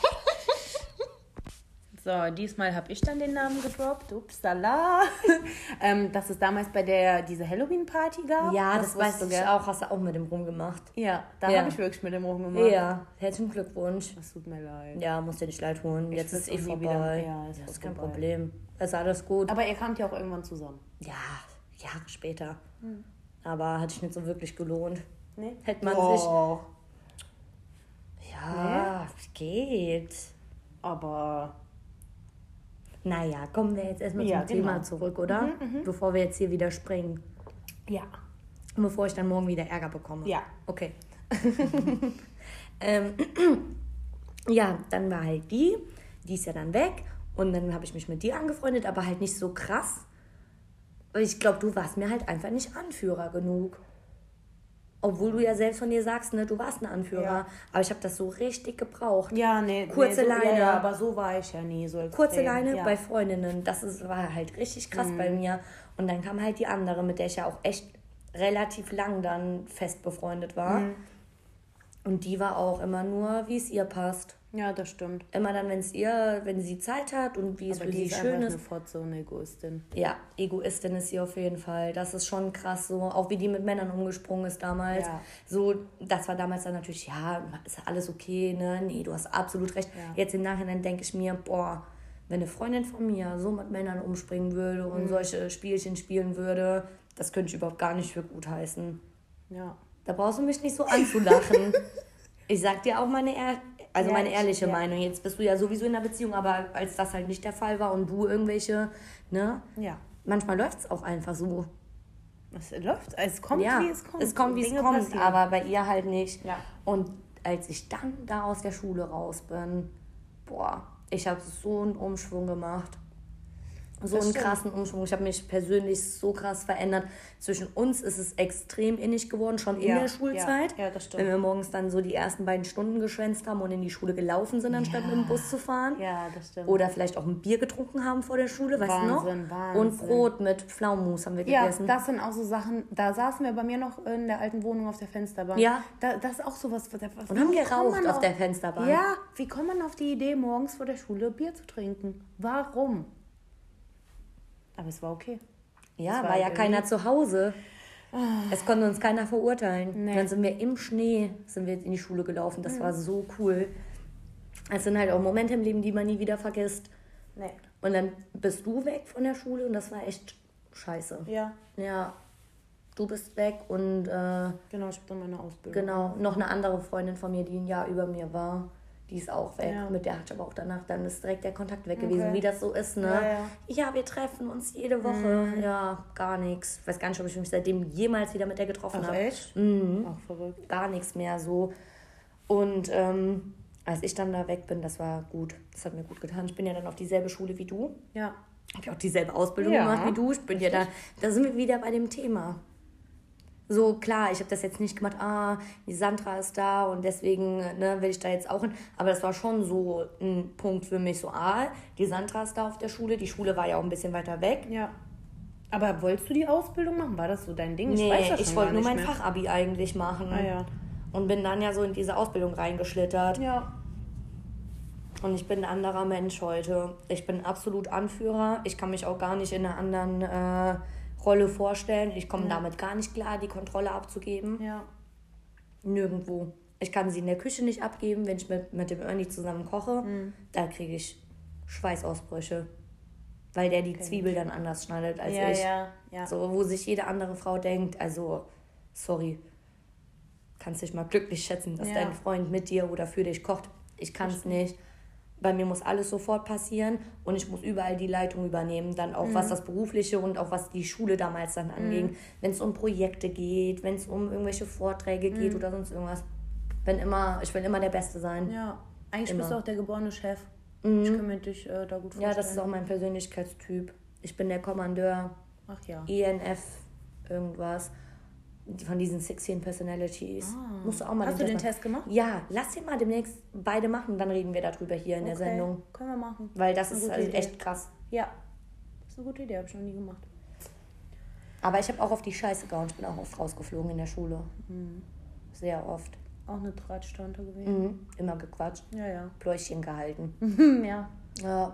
So, diesmal habe ich dann den Namen gedroppt. Upsala. ähm, dass es damals bei der diese Halloween-Party gab.
Ja, das, das weiß ich auch. Hast du auch mit dem rumgemacht.
Ja, da ja. habe ich wirklich mit dem rumgemacht.
Ja, herzlichen Glückwunsch.
Das tut mir leid.
Ja, musst dir nicht leid tun. Jetzt ist es eh vorbei.
Wieder, ja,
das ist, ist kein vorbei. Problem. Es ist alles gut.
Aber ihr kamt ja auch irgendwann zusammen.
Ja, Jahre später. Hm. Aber hat sich nicht so wirklich gelohnt.
Nee?
Hätte man
oh.
sich... Ja, nee? geht.
Aber...
Naja, kommen wir jetzt erstmal
ja,
zum
genau.
Thema zurück, oder?
Mhm, mh.
Bevor wir jetzt hier wieder springen.
Ja.
Und bevor ich dann morgen wieder Ärger bekomme.
Ja.
Okay. ähm, ja, dann war halt die. Die ist ja dann weg. Und dann habe ich mich mit dir angefreundet, aber halt nicht so krass. Weil ich glaube, du warst mir halt einfach nicht Anführer genug. Obwohl du ja selbst von dir sagst, ne, du warst ein Anführer. Ja. Aber ich habe das so richtig gebraucht.
Ja, nee.
Kurze
nee, so,
Leine.
Ja, ja, aber so war ich ja nie. So
Kurze Leine ja. bei Freundinnen. Das ist, war halt richtig krass mhm. bei mir. Und dann kam halt die andere, mit der ich ja auch echt relativ lang dann fest befreundet war. Mhm. Und die war auch immer nur, wie es ihr passt.
Ja, das stimmt.
Immer dann, wenn es ihr, wenn sie Zeit hat und wie es
Aber
für
die
sie
ist
schön
einfach
ist.
eine Fotze und eine Egoistin.
Ja, Egoistin ist sie auf jeden Fall. Das ist schon krass so. Auch wie die mit Männern umgesprungen ist damals.
Ja.
So, das war damals dann natürlich, ja, ist alles okay, ne? Nee, du hast absolut recht.
Ja.
Jetzt im Nachhinein denke ich mir, boah, wenn eine Freundin von mir so mit Männern umspringen würde und
Mhm.
solche Spielchen spielen würde, das könnte ich überhaupt gar nicht für gut heißen.
Ja.
Da brauchst du mich nicht so anzulachen. Ich sag dir auch meine, ehr also
Ja,
meine
ich-
ehrliche
ja.
Meinung. Jetzt bist du ja sowieso in einer Beziehung, aber als das halt nicht der Fall war und du irgendwelche, ne?
Ja.
Manchmal läuft es auch einfach so.
Es läuft, es kommt,
Ja,
wie es kommt.
es kommt, wie es
Dinge
kommt,
passieren.
aber bei ihr halt nicht.
Ja.
Und als ich dann da aus der Schule raus bin, boah, ich habe so einen Umschwung gemacht. So
Das
einen
stimmt.
krassen Umschwung. Ich habe mich persönlich so krass verändert. Zwischen uns ist es extrem innig geworden, schon in
Ja,
der Schulzeit.
ja, ja, das stimmt.
Wenn wir morgens dann so die ersten beiden Stunden geschwänzt haben und in die Schule gelaufen sind, anstatt mit dem Bus zu fahren.
Ja, das stimmt.
Oder vielleicht auch ein Bier getrunken haben vor der Schule, weißt du noch?
Wahnsinn, Wahnsinn.
Und Brot mit Pflaumenmus haben wir
Ja,
gegessen.
das sind auch so Sachen, da saßen wir bei mir noch in der alten Wohnung auf der Fensterbank.
Ja.
Da, das ist auch sowas. Was,
Und haben
wie kommt
geraucht
man
auf der Fensterbank.
Ja, wie kommt man auf die Idee, morgens vor der Schule Bier zu trinken? Warum? Aber es war okay.
Ja,
Das
war,
war
ja
irgendwie-
keiner zu Hause. Es konnte uns keiner verurteilen.
Nee.
Dann sind wir im Schnee sind wir in die Schule gelaufen. Das war so cool. Es sind halt auch Momente im Leben, die man nie wieder vergisst.
Nee.
Und dann bist du weg von der Schule und das war echt scheiße.
Ja,
Ja, du bist weg und äh,
genau, ich habe dann meine Ausbildung.
genau, noch eine andere Freundin von mir, die ein Jahr über mir war, die ist auch weg.
Ja.
Mit der hatte ich aber auch danach, dann ist direkt der Kontakt weg
Okay.
gewesen, wie das so ist, ne?
Ja, ja.
Ja, wir treffen uns jede Woche. Ja, gar nichts. Ich weiß gar nicht, ob ich mich seitdem jemals wieder mit der getroffen
Ach,
habe.
echt?
Mhm.
Ach, verrückt.
Gar nichts mehr so. Und ähm, als ich dann da weg bin, das war gut. Das hat mir gut getan. Ich bin ja dann auf dieselbe Schule wie du.
Ja.
Habe ja auch dieselbe Ausbildung
Ja.
gemacht wie du. Ich bin ja da, da sind wir wieder bei dem Thema. So, klar, ich habe das jetzt nicht gemacht, ah, die Sandra ist da und deswegen ne, will ich da jetzt auch hin. Aber das war schon so ein Punkt für mich, so, ah, die Sandra ist da auf der Schule. Die Schule war ja auch ein bisschen weiter weg.
Ja. Aber wolltest du die Ausbildung machen? War das so dein Ding? Ich
Nee,
weiß das
ich
schon
wollte
gar
nur
nicht
mein
mehr.
Fachabi eigentlich machen.
Ah ja.
Und bin dann ja so in diese Ausbildung reingeschlittert.
Ja.
Und ich bin ein anderer Mensch heute. Ich bin absolut Anführer. Ich kann mich auch gar nicht in einer anderen äh, Rolle vorstellen. Ich komme
Ja.
damit gar nicht klar, die Kontrolle abzugeben.
Ja.
Nirgendwo. Ich kann sie in der Küche nicht abgeben, wenn ich mit, mit dem Ernie zusammen koche.
Mhm.
Da kriege ich Schweißausbrüche. Weil der die
Kenn
Zwiebel dann anders schneidet als
ja,
ich.
ja, ja.
So, wo sich jede andere Frau denkt, also, sorry, kannst dich mal glücklich schätzen, dass
Ja.
dein Freund mit dir oder für dich kocht. Ich kann es nicht. Bei mir muss alles sofort passieren und ich muss überall die Leitung übernehmen, dann auch
Mhm.
was das Berufliche und auch was die Schule damals dann anging. Wenn es um Projekte geht, wenn es um irgendwelche Vorträge geht oder sonst irgendwas. Bin immer, ich will immer der Beste sein.
Ja. Eigentlich
Immer.
bist du auch der geborene Chef. Ich kann mir dich äh, da gut vorstellen.
Ja, das ist auch mein Persönlichkeitstyp. Ich bin der Kommandeur.
Ach ja.
E N F irgendwas. Von diesen sechzehn Personalities.
Ah.
Musst du auch mal
Hast du den
machen.
Test gemacht?
Ja, lass den mal demnächst beide machen, dann reden wir darüber hier in der
Okay,
Sendung.
können wir machen.
Weil das
Eine
ist
gute
also
Idee.
echt krass.
Ja. Das ist eine gute Idee, habe ich noch nie gemacht.
Aber ich habe auch auf die Scheiße gehauen. Ich bin auch oft rausgeflogen in der Schule. Sehr oft.
Auch eine Dreitstante gewesen.
Mhm. Immer gequatscht.
Ja, ja.
Pläuschen gehalten.
ja.
Ja.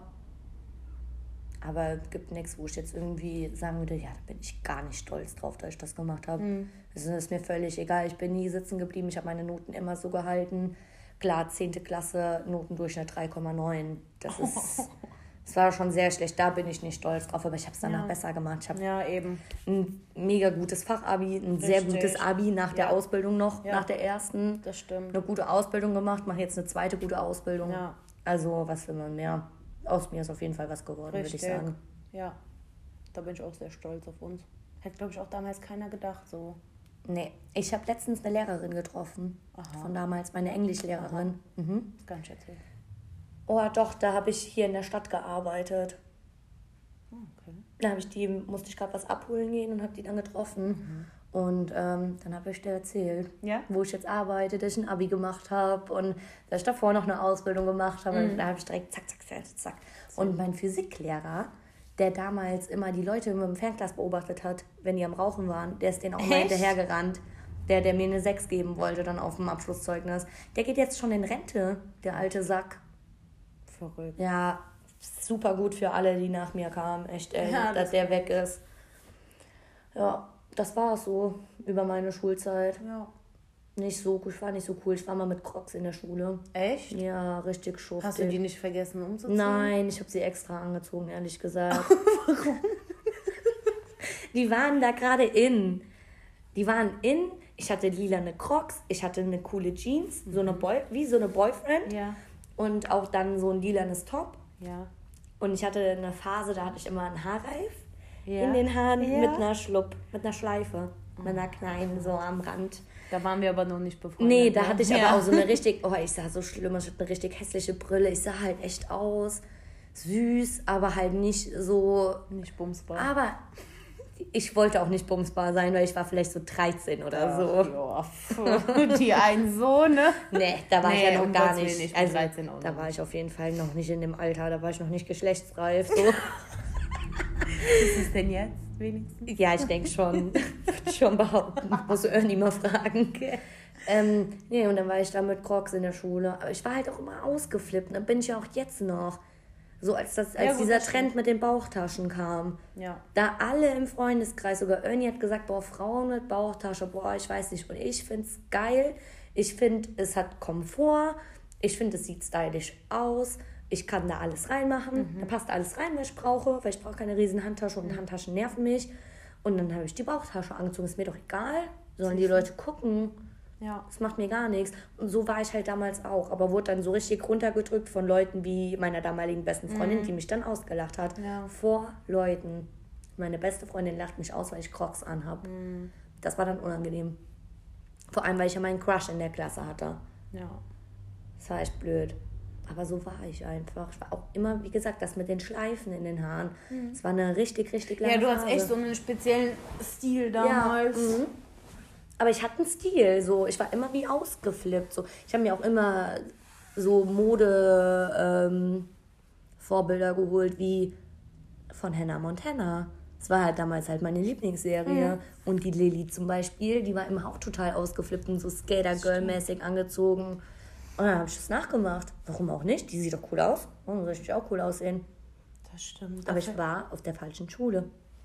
Aber es gibt nichts, wo ich jetzt irgendwie sagen würde, ja, da bin ich gar nicht stolz drauf, dass ich das gemacht habe.
Mhm.
Es ist mir völlig egal. Ich bin nie sitzen geblieben. Ich habe meine Noten immer so gehalten. Klar, zehnte Klasse, Notendurchschnitt drei Komma neun. Das ist... Das war schon sehr schlecht, da bin ich nicht stolz drauf, aber ich habe es danach
Ja.
besser gemacht. Ich habe
Ja, eben.
ein mega gutes Fachabi, ein sehr
Richtig.
gutes Abi nach der
Ja.
Ausbildung noch,
Ja.
nach der ersten.
Das stimmt.
Eine gute Ausbildung gemacht, mache jetzt eine zweite gute Ausbildung.
Ja.
Also, was will man mehr? Aus mir ist auf jeden Fall was geworden, würde ich
Richtig.
sagen.
Ja. Da bin ich auch sehr stolz auf uns. Hätte, glaube ich, auch damals keiner gedacht, so.
Nee, ich habe letztens eine Lehrerin getroffen,
Aha.
von damals, meine Englischlehrerin. Mhm.
Das kann ich erzählen.
Oh, doch, da habe ich hier in der Stadt gearbeitet.
Oh, okay.
Da habe ich die, musste ich gerade was abholen gehen und habe die dann getroffen. Und ähm, dann habe ich dir erzählt,
Ja?
wo ich jetzt arbeite, dass ich ein Abi gemacht habe und dass ich davor noch eine Ausbildung gemacht habe. Und da habe ich direkt zack, zack, zack, zack. Und mein Physiklehrer, der damals immer die Leute mit dem Fernglas beobachtet hat, wenn die am Rauchen waren, der ist denen auch mal
Echt?
hinterhergerannt. Der, der mir eine sechs geben wollte dann auf dem Abschlusszeugnis. Der geht jetzt schon in Rente, der alte Sack.
Verrückt.
Ja, super gut für alle, die nach mir kamen. Echt, ey,
Ja,
dass der weg ist. Ja, das war es so über meine Schulzeit.
Ja.
Nicht so, ich war nicht so cool. Ich war mal mit Crocs in der Schule.
Echt?
Ja, richtig schuftig.
Hast du die nicht vergessen umzuziehen?
Nein, ich habe sie extra angezogen, ehrlich gesagt. Warum? Die waren da gerade in. Die waren in. Ich hatte lilane Crocs, ich hatte eine coole Jeans, so eine Boy, wie so eine Boyfriend.
Ja.
Und auch dann so ein lilanes Top.
Ja.
Und ich hatte eine Phase, da hatte ich immer einen Haarreif
Ja.
in den Haaren
Ja.
mit einer Schlupp, mit einer Schleife, mit einer kleinen so am Rand.
Da waren wir aber noch nicht befreundet.
Nee, da
ne?
hatte ich
ja.
aber auch so eine richtig, oh, ich sah so schlimm, ich hatte eine richtig hässliche Brille. Ich sah halt echt aus, süß, aber halt nicht so...
Nicht bumsbar.
Aber ich wollte auch nicht bumsbar sein, weil ich war vielleicht so dreizehn oder so.
Ja, pf, die einen so, ne?
Nee, da war
Nee,
ich ja noch
um
gar
Gottes
nicht.
Willen, ich bin
also,
dreizehn auch
da
noch
war
nicht.
ich auf jeden Fall noch nicht in dem Alter, da war ich noch nicht geschlechtsreif. So.
Was ist denn jetzt wenigstens?
Ja, ich denke schon. Würde ich schon behaupten. Muss Ernie mal fragen. Ähm, nee, und dann war ich da mit Crocs in der Schule. Aber ich war halt auch immer ausgeflippt. Da bin ich ja auch jetzt noch. So als, das, als
Ja, gut,
dieser
das
Trend mit den Bauchtaschen kam.
Ja.
Da alle im Freundeskreis, sogar Ernie hat gesagt, boah, Frauen mit Bauchtasche, boah, ich weiß nicht. Und ich finde es geil. Ich finde, es hat Komfort. Ich finde, es sieht stylisch aus. Ich kann da alles reinmachen.
Mhm.
Da passt alles rein, was ich brauche. Weil ich brauche keine riesen Handtasche und Handtaschen nerven mich. Und dann habe ich die Bauchtasche angezogen. Ist mir doch egal. Sollen die Leute gucken.
Ja.
Das macht mir gar nichts. Und so war ich halt damals auch. Aber wurde dann so richtig runtergedrückt von Leuten wie meiner damaligen besten Freundin, die mich dann ausgelacht hat.
Ja.
Vor Leuten. Meine beste Freundin lacht mich aus, weil ich Crocs anhab. Das war dann unangenehm. Vor allem, weil ich ja meinen Crush in der Klasse hatte.
Ja.
Das war echt blöd. Aber so war ich einfach. Ich war auch immer, wie gesagt, das mit den Schleifen in den Haaren. Es war eine richtig, richtig lange
Ja, du hast
Phase.
echt so einen speziellen Stil damals.
Ja, mhm. Aber ich hatte einen Stil, so. Ich war immer wie ausgeflippt. So. Ich habe mir auch immer so Mode ähm, Vorbilder geholt, wie von Hannah Montana. Das war halt damals halt meine Lieblingsserie.
Mhm.
Und die Lilly zum Beispiel, die war immer auch total ausgeflippt und so Skater-Girl-mäßig angezogen. Und dann habe ich das nachgemacht. Warum auch nicht? Die sieht doch cool aus. Warum soll ich auch cool aussehen?
Das stimmt.
Aber ich war auf der falschen Schule.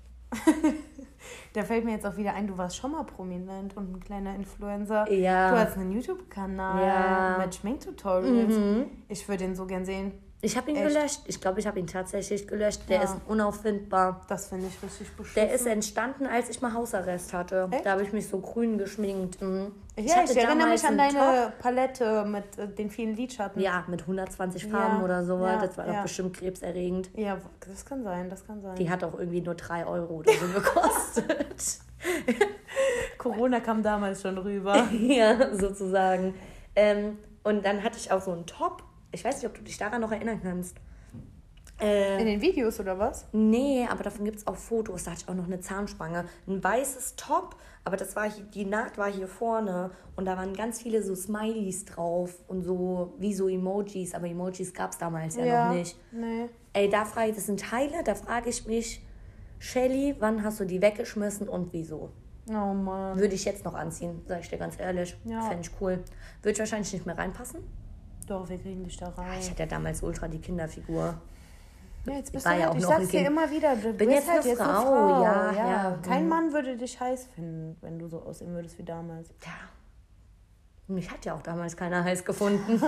Da fällt mir jetzt auch wieder ein, du warst schon mal prominent und ein kleiner Influencer.
Ja.
Du hast einen YouTube-Kanal
Ja.
mit Schminktutorials.
Mhm.
Ich würde den so gern sehen.
Ich habe ihn
Echt?
gelöscht. Ich glaube, ich habe ihn tatsächlich gelöscht. Der
Ja.
ist unauffindbar.
Das finde ich richtig beschissen.
Der ist entstanden, als ich mal Hausarrest hatte.
Echt?
Da habe ich mich so grün geschminkt. Mhm.
Ja, ich, erinnere
damals
mich an
einen
deine Palette mit äh, den vielen Lidschatten.
Top. Ja, mit hundertzwanzig Farben
Ja,
oder sowas.
ja,
Das war doch
ja.
bestimmt krebserregend.
Ja, das kann sein, das kann sein.
Die hat auch irgendwie nur drei Euro oder so gekostet.
Corona kam damals schon rüber.
Ja, sozusagen. Ähm, und dann hatte ich auch so einen Top. Ich weiß nicht, ob du dich daran noch erinnern kannst. Äh,
In den Videos oder was?
Nee, aber davon gibt es auch Fotos. Da hatte ich auch noch eine Zahnspange. Ein weißes Top, aber das war hier, die Naht war hier vorne. Und da waren ganz viele so Smileys drauf und so wie so Emojis. Aber Emojis gab es damals ja, noch nicht.
Nee.
Ey, da frage ich, das sind Teile, da frage ich mich, Shelly, wann hast du die weggeschmissen und wieso?
Oh Mann.
Würde ich jetzt noch anziehen, sage ich dir ganz ehrlich.
Ja.
Fände ich cool. Würde ich wahrscheinlich nicht mehr reinpassen.
Doch, wir kriegen dich da rein.
Ich hatte ja damals ultra die Kinderfigur.
Ja, jetzt bist
war
du
ja
halt,
auch
ich
noch
sag's
ein
dir
Kind.
immer wieder, du
Bin
bist
jetzt
halt
eine
jetzt eine
Frau,
Frau.
ja, ja.
Kein
Mhm.
Mann würde dich heiß finden, wenn du so aussehen würdest wie damals.
Ja. Mich hat ja auch damals keiner heiß gefunden.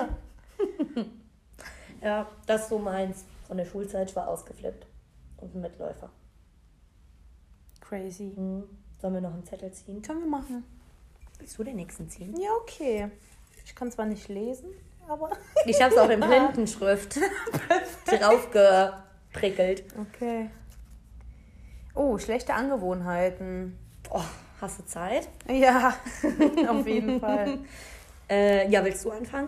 Ja, das ist so meins. Von der Schulzeit, ich war ausgeflippt. Und ein Mitläufer.
Crazy.
Mhm. Sollen wir noch einen Zettel ziehen?
Können wir machen.
Willst du den nächsten ziehen?
Ja, okay. Ich kann zwar nicht lesen, aber...
Ich habe es auch in Blindenschrift draufgeprickelt.
Okay. Oh, schlechte Angewohnheiten.
Oh, hast du Zeit?
Ja, auf jeden Fall.
Äh, ja, willst du anfangen?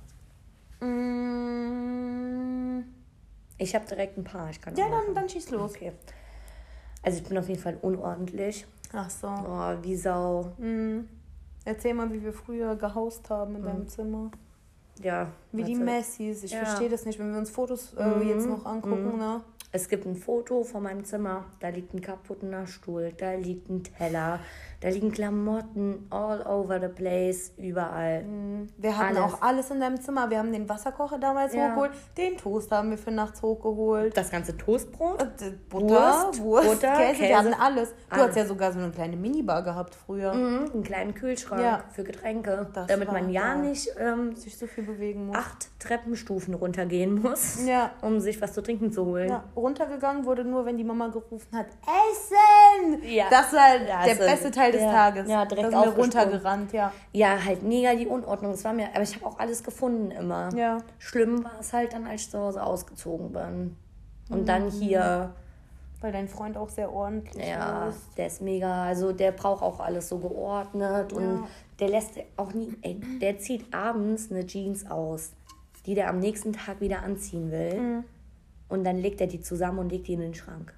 Mm,
Ich habe direkt ein paar. Ich kann
ja,
auch
dann,
machen.
dann schieß los.
Okay. Also ich bin auf jeden Fall unordentlich.
Ach so.
Oh, wie Sau.
Mm. Erzähl mal, wie wir früher gehaust haben in
Mhm.
deinem Zimmer.
Ja.
Wie die
also-
Messis. Ich
Ja.
verstehe das nicht, wenn wir uns Fotos äh,
Mhm.
jetzt noch angucken,
Mhm.
ne?
Es gibt ein Foto von meinem Zimmer, da liegt ein kaputter Stuhl, da liegt ein Teller, da liegen Klamotten all over the place, überall.
Wir hatten
Alles.
auch alles in deinem Zimmer. Wir haben den Wasserkocher damals
Ja.
hochgeholt, den Toaster haben wir für nachts hochgeholt.
Das ganze Toastbrot,
Äh, Butter,
Wurst,
Wurst,
Butter,
Käse, wir
Käse,
hatten alles. Du
alles.
hast ja sogar so eine kleine Minibar gehabt früher.
mhm, einen kleinen Kühlschrank
Ja.
für Getränke,
Das
damit
war
man ja
geil.
nicht ähm,
Sich so viel bewegen muss.
acht Treppenstufen runtergehen muss,
Ja.
um sich was zu trinken zu holen.
Ja, runtergegangen wurde nur, wenn die Mama gerufen hat, Essen!
Ja.
Das war
Ja,
der
also,
beste Teil des
ja,
Tages.
ja, direkt
da sind wir
aufgesprungen.
runtergerannt, ja.
Ja, halt mega die Unordnung. Es war mir, aber ich habe auch alles gefunden immer.
Ja.
Schlimm war es halt dann, als ich zu Hause ausgezogen bin. Und
Mhm.
dann hier,
Weil dein Freund auch sehr ordentlich
ja,
ist.
der ist mega, also der braucht auch alles so geordnet und
Ja.
der lässt auch nie, ey, der zieht abends eine Jeans aus, die der am nächsten Tag wieder anziehen will.
Mhm.
Und dann legt er die zusammen und legt die in den Schrank.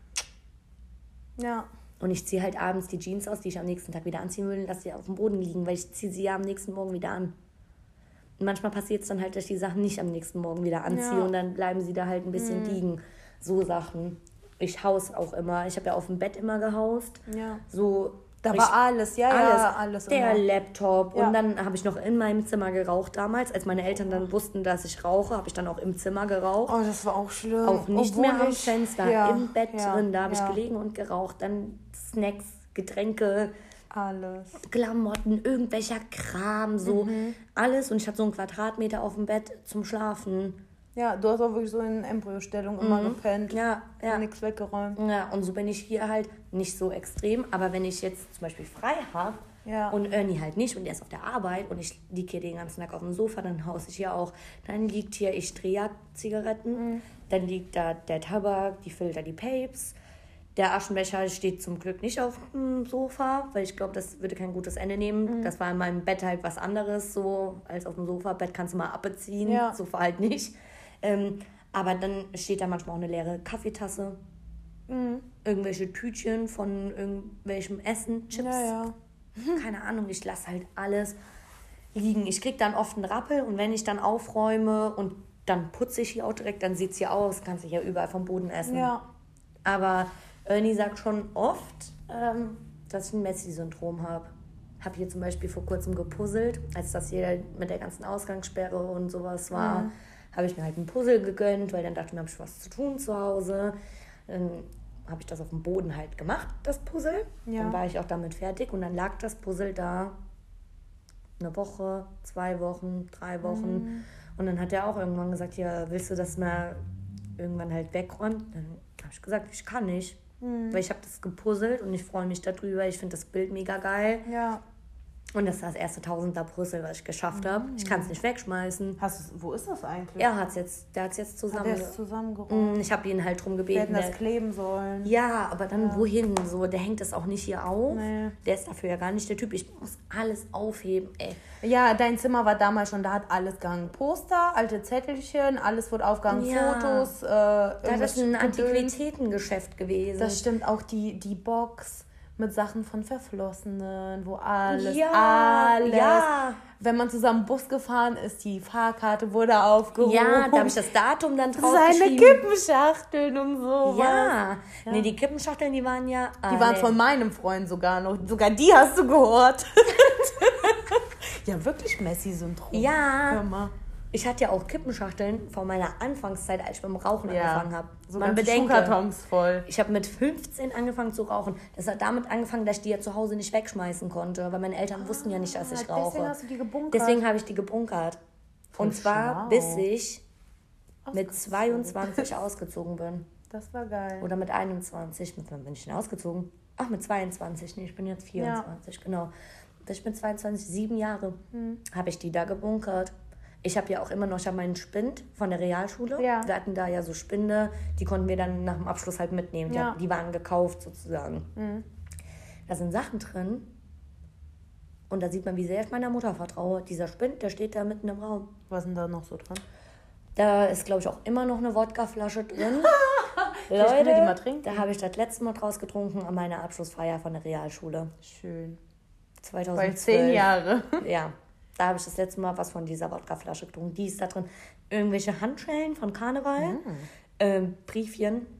Ja.
Und ich ziehe halt abends die Jeans aus, die ich am nächsten Tag wieder anziehen will und lasse sie auf dem Boden liegen, weil ich ziehe sie ja am nächsten Morgen wieder an. Und manchmal passiert es dann halt, dass ich die Sachen nicht am nächsten Morgen wieder anziehe
Ja.
und dann bleiben sie da halt ein bisschen liegen. So Sachen. Ich haus auch immer. Ich habe ja auf dem Bett immer gehaust.
Ja.
So
Da
ich-
war alles, ja, ja, alles
Der
immer.
Laptop.
Ja.
Und dann habe ich noch in meinem Zimmer geraucht damals. Als meine Eltern dann wussten, dass ich rauche, habe ich dann auch im Zimmer geraucht.
Oh, das war auch schlimm.
Auch nicht
Obwohl
mehr am
ich-
Fenster,
ja,
im Bett
ja,
drin. Da habe
ja.
ich gelegen und geraucht. Dann Snacks, Getränke,
Alles.
Klamotten, irgendwelcher Kram, so
Mhm.
alles. Und ich hatte so einen Quadratmeter auf dem Bett zum Schlafen.
Ja, du hast auch wirklich so in Embryostellung immer gepennt.
Ja, ja.
Nichts weggeräumt.
Ja, und so bin ich hier halt nicht so extrem. Aber wenn ich jetzt zum Beispiel frei habe
Ja.
und Ernie halt nicht und er ist auf der Arbeit und ich liege hier den ganzen Tag auf dem Sofa, dann haus ich hier auch. Dann liegt hier, ich drehe ja Zigaretten. Dann liegt da der Tabak, die Filter, die Papes. Der Aschenbecher steht zum Glück nicht auf dem Sofa, weil ich glaube, das würde kein gutes Ende nehmen. Das war in meinem Bett halt was anderes, so als auf dem Sofa. Bett kannst du mal abbeziehen,
Ja.
Sofa halt nicht. Ähm, aber dann steht da manchmal auch eine leere Kaffeetasse. Irgendwelche Tütchen von irgendwelchem Essen, Chips.
Ja, ja.
Keine Ahnung, ich lasse halt alles liegen. Ich krieg dann oft einen Rappel und wenn ich dann aufräume und dann putze ich hier auch direkt, dann sieht es hier aus, kannst du hier überall vom Boden essen.
Ja.
Aber Ernie sagt schon oft, ähm, dass ich ein Messi-Syndrom habe. Habe hier zum Beispiel vor kurzem gepuzzelt, als das hier mit der ganzen Ausgangssperre und sowas war, habe ich mir halt ein Puzzle gegönnt, weil dann dachte ich mir, habe ich was zu tun zu Hause. Dann habe ich das auf dem Boden halt gemacht, das Puzzle.
Ja.
Dann war ich auch damit fertig und dann lag das Puzzle da eine Woche, zwei Wochen, drei Wochen. Und dann hat er auch irgendwann gesagt, ja, willst du das mal irgendwann halt wegräumen? Dann habe ich gesagt, ich kann nicht. Weil ich habe das gepuzzelt und ich freue mich darüber. Ich finde das Bild mega geil.
Ja.
Und das ist das erste Tausender-Puzzle, was ich geschafft habe. Ich kann es nicht wegschmeißen.
Hast du's, wo ist das eigentlich?
Er hat's jetzt, der hat es jetzt zusammen.
Der ist zusammengeräumt.
Mm, Ich habe ihn halt drum
Wir
gebeten.
hätten das
der-
kleben sollen.
Ja, aber dann wohin? So, der hängt das auch nicht hier auf.
Nee.
Der ist dafür ja gar nicht der Typ. Ich muss alles aufheben, ey.
Ja, dein Zimmer war damals schon, da hat alles gegangen. Poster, alte Zettelchen, alles wurde aufgegangen,
Ja.
Fotos, äh,
Da ist
irgendwas
ein
Gedöns.
Antiquitätengeschäft gewesen.
Das stimmt, auch die, die Box mit Sachen von Verflossenen, wo alles,
Ja,
alles.
ja.
Wenn man zusammen Bus gefahren ist, die Fahrkarte wurde aufgehoben.
Ja, da habe ich das Datum dann drauf
Seine
geschrieben.
Kippenschachteln und so.
Ja. Nee, die Kippenschachteln, die waren ja...
Die waren von meinem Freund sogar noch. Sogar die hast du gehört. Ja, wirklich Messi-Syndrom.
Ja.
Hör mal.
Ich hatte ja auch Kippenschachteln von meiner Anfangszeit, als ich beim Rauchen
Ja.
angefangen habe.
So
Man
ganze
bedenke,
Schuhkartons voll.
ich habe mit fünfzehn angefangen zu rauchen. Das hat damit angefangen, dass ich die ja zu Hause nicht wegschmeißen konnte, weil meine Eltern wussten ja nicht, dass ich
deswegen
rauche.
hast du die gebunkert.
Deswegen habe ich die gebunkert.
Voll
Und zwar
schlau.
bis ich mit
Ausgezogen.
zweiundzwanzig ausgezogen bin.
Das war geil.
Oder mit einundzwanzig. Mit wann bin ich denn ausgezogen? Ach, mit zweiundzwanzig. Nee, ich bin jetzt vierundzwanzig, genau. Bis ich mit zweiundzwanzig, sieben Jahre,
Hm.
habe ich die da gebunkert. Ich habe ja auch immer noch, ich habe meinen Spind von der Realschule.
Ja.
Wir hatten da ja so Spinde, die konnten wir dann nach dem Abschluss halt mitnehmen. Die,
Ja.
hab- die waren gekauft sozusagen.
Mhm.
Da sind Sachen drin. Und da sieht man, wie sehr ich meiner Mutter vertraue. Dieser Spind, der steht da mitten im Raum.
Was ist denn da noch so dran?
Da ist, glaube ich, auch immer noch eine Wodkaflasche drin.
Vielleicht können wir die mal
Leute,
trinken.
da habe ich das letzte Mal draus getrunken an meiner Abschlussfeier von der Realschule.
Schön.
zweitausendzwölf.
Bei zehn Jahre.
Ja, da habe ich das letzte Mal was von dieser Wodkaflasche getrunken. Die ist da drin. Irgendwelche Handschellen von Karneval,
Mm.
ähm, Briefchen,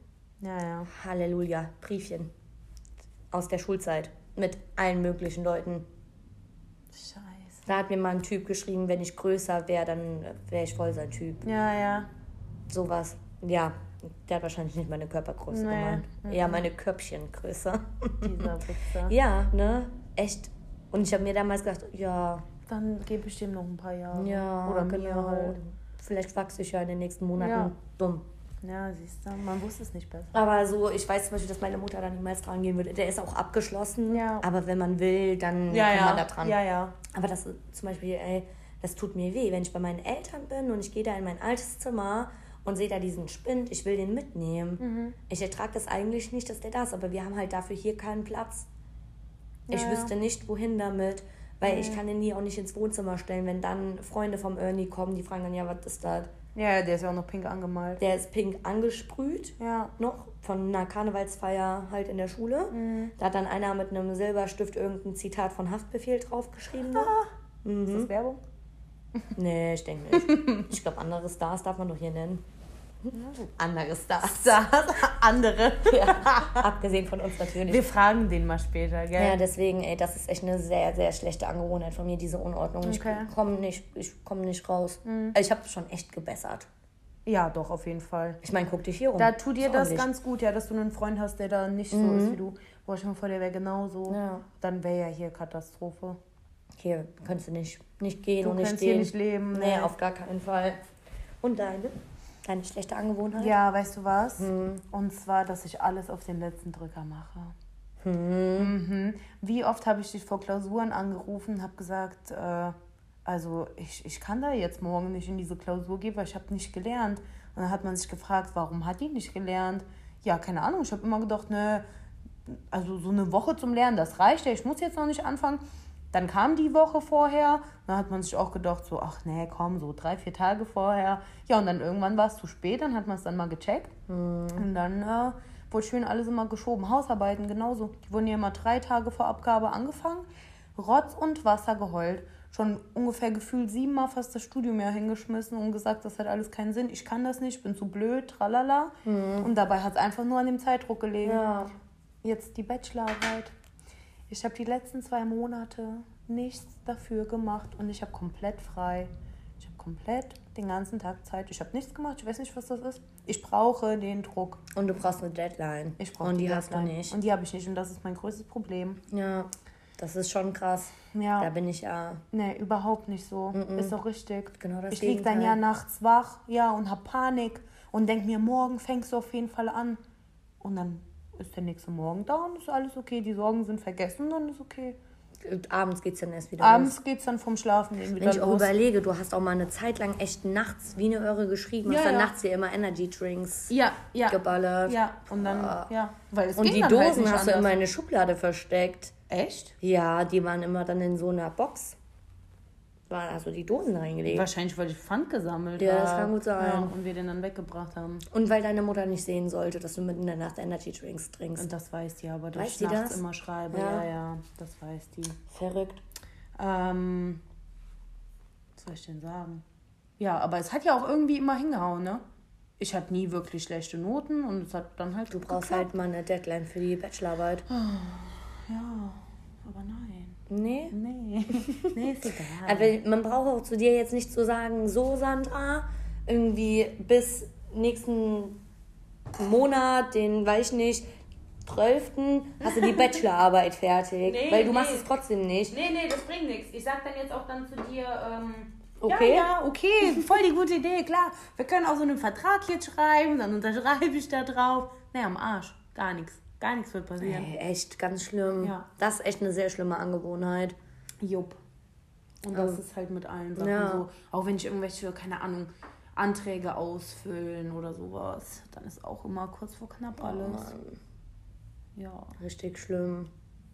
Ja, ja.
Halleluja. Briefchen. Aus der Schulzeit. Mit allen möglichen Leuten.
Scheiße.
Da hat mir mal ein Typ geschrieben, wenn ich größer wäre, dann wäre ich voll sein Typ.
Ja, ja.
Sowas. Ja, der hat wahrscheinlich nicht meine Körpergröße nee. gemeint. Eher meine Köpfchengröße.
Dieser Wichser.
Ja, ne? Echt. Und ich habe mir damals gedacht, ja...
Dann gebe ich dem noch ein paar Jahre.
Ja, oder genau. Halt. Vielleicht wachse ich ja in den nächsten Monaten ja. dumm.
Ja, siehst du, man wusste es nicht besser.
Aber so, ich weiß zum Beispiel, dass meine Mutter da niemals dran gehen würde. Der ist auch abgeschlossen,
ja.
aber wenn man will, dann
ja,
kommt
ja.
man da dran.
Ja, ja.
Aber das zum Beispiel, ey, das tut mir weh, wenn ich bei meinen Eltern bin und ich gehe da in mein altes Zimmer und sehe da diesen Spind, ich will den mitnehmen. Mhm. Ich ertrage das eigentlich nicht, dass der da ist, aber wir haben halt dafür hier keinen Platz. Ja, ich wüsste nicht, wohin damit, weil ja. ich kann den nie auch nicht ins Wohnzimmer stellen, wenn dann Freunde vom Ernie kommen, die fragen dann, ja, was ist das?
Ja, der ist ja auch noch pink angemalt.
Der ist pink angesprüht,
ja.
noch, von einer Karnevalsfeier halt in der Schule. Mhm. Da hat dann einer mit einem Silberstift irgendein Zitat von Haftbefehl draufgeschrieben.
Ah. Mhm. Ist das Werbung?
Nee, ich denke nicht. Ich glaube, andere Stars darf man doch hier nennen. Andere Stars.
Stars. Andere.
Ja, abgesehen von uns natürlich.
Wir fragen den mal später, gell?
Ja, deswegen, ey, das ist echt eine sehr, sehr schlechte Angewohnheit von mir, diese Unordnung.
Okay.
Ich komme nicht, ich komm nicht raus. Mhm. Ich habe schon echt gebessert.
Ja, doch, auf jeden Fall.
Ich meine, guck dich hier um.
Da tut dir das ganz gut, ja, dass du einen Freund hast, der da nicht mhm. so ist wie du. Boah, ich mir vor, der wäre genauso.
Ja.
Dann wäre ja hier Katastrophe.
Hier könntest du nicht, nicht gehen
du
und nicht
stehen.
hier
nicht leben.
Nee, nee, auf gar keinen Fall. Und deine? Deine schlechte Angewohnheit?
Ja, weißt du was?
Hm.
Und zwar, dass ich alles auf den letzten Drücker mache.
Hm.
Mhm. Wie oft habe ich dich vor Klausuren angerufen und habe gesagt, äh, also ich, ich kann da jetzt morgen nicht in diese Klausur gehen, weil ich habe nicht gelernt. Und dann hat man sich gefragt, warum hat die nicht gelernt? Ja, keine Ahnung, ich habe immer gedacht, ne, also so eine Woche zum Lernen, das reicht ja, ich muss jetzt noch nicht anfangen. Dann kam die Woche vorher, dann hat man sich auch gedacht, so, ach nee, komm, so drei, vier Tage vorher. Ja, und dann irgendwann war es zu spät, dann hat man es dann mal gecheckt. Mhm. Und dann äh, wurde schön alles immer geschoben. Hausarbeiten genauso. Die wurden ja immer drei Tage vor Abgabe angefangen. Rotz und Wasser geheult. Schon ungefähr gefühlt siebenmal fast das Studium ja hingeschmissen und gesagt, das hat alles keinen Sinn. Ich kann das nicht, ich bin zu blöd, tralala. Mhm. Und dabei hat es einfach nur an dem Zeitdruck gelegen.
Ja.
Jetzt die Bachelorarbeit. Ich habe die letzten zwei Monate nichts dafür gemacht und ich habe komplett frei. Ich habe komplett den ganzen Tag Zeit. Ich habe nichts gemacht, ich weiß nicht, was das ist. Ich brauche den Druck.
Und du brauchst eine Deadline.
Ich brauche
Und die,
die
hast du nicht.
Und die habe ich nicht und das ist mein größtes Problem.
Ja, das ist schon krass.
Ja.
Da bin ich ja...
Nee, überhaupt nicht so. Mm-mm. Ist doch richtig.
Genau das
ich liege dann ja nachts wach, ja, und habe Panik und denke mir, morgen fängst du auf jeden Fall an. Und dann ist der nächste Morgen da und ist alles okay. Die Sorgen sind vergessen, dann ist okay.
Abends geht es dann erst wieder
Abends
los.
geht es dann vom Schlafen wieder los.
Wenn ich auch überlege, du hast auch mal eine Zeit lang echt nachts wie eine Irre geschrieben.
Ja,
hast dann
ja.
nachts hier immer Energy Drinks
ja, ja.
geballert.
Ja, und dann,
ah.
ja. Weil es
und die
dann
Dosen
halt nicht
hast
anders.
du immer in eine Schublade versteckt.
Echt?
Ja, die waren immer dann in so einer Box. Waren also die Dosen reingelegt.
Wahrscheinlich, weil ich Pfand gesammelt habe.
Ja, das kann gut sein.
Ja, und wir den dann weggebracht haben.
Und weil deine Mutter nicht sehen sollte, dass du mitten in der Nacht Energy Drinks trinkst.
Und das weiß die aber, dass
weiß
ich
die
nachts
das?
immer schreibe.
Ja.
ja, ja, das weiß die.
Verrückt.
Ähm, was soll ich denn sagen? Ja, aber es hat ja auch irgendwie immer hingehauen, ne? Ich hatte nie wirklich schlechte Noten und es hat dann halt
Du brauchst
geklappt.
halt mal eine Deadline für die Bachelorarbeit.
Ja, aber nein.
Nee?
Nee. Nee, ist egal.
Aber man braucht auch zu dir jetzt nicht zu sagen, so Sandra, irgendwie bis nächsten Monat, den weiß ich nicht, zwölften hast du die Bachelorarbeit fertig.
Nee,
weil du
nee.
machst es trotzdem nicht.
Nee, nee, das bringt nichts. Ich sag dann jetzt auch dann zu dir, ähm,
Okay.
ja, ja, okay, voll die gute Idee, klar. Wir können auch so einen Vertrag jetzt schreiben, dann unterschreibe ich da drauf. Nee, am Arsch. Gar nichts. Gar nichts wird passieren.
Ey, echt, ganz schlimm.
Ja.
Das ist echt eine sehr schlimme Angewohnheit.
Jupp. Und das
Also,
ist halt mit allen Sachen
ja.
so. Auch wenn ich irgendwelche, keine Ahnung, Anträge ausfüllen oder sowas, dann ist auch immer kurz vor knapp alles.
Oh Mann.
Ja.
Richtig schlimm.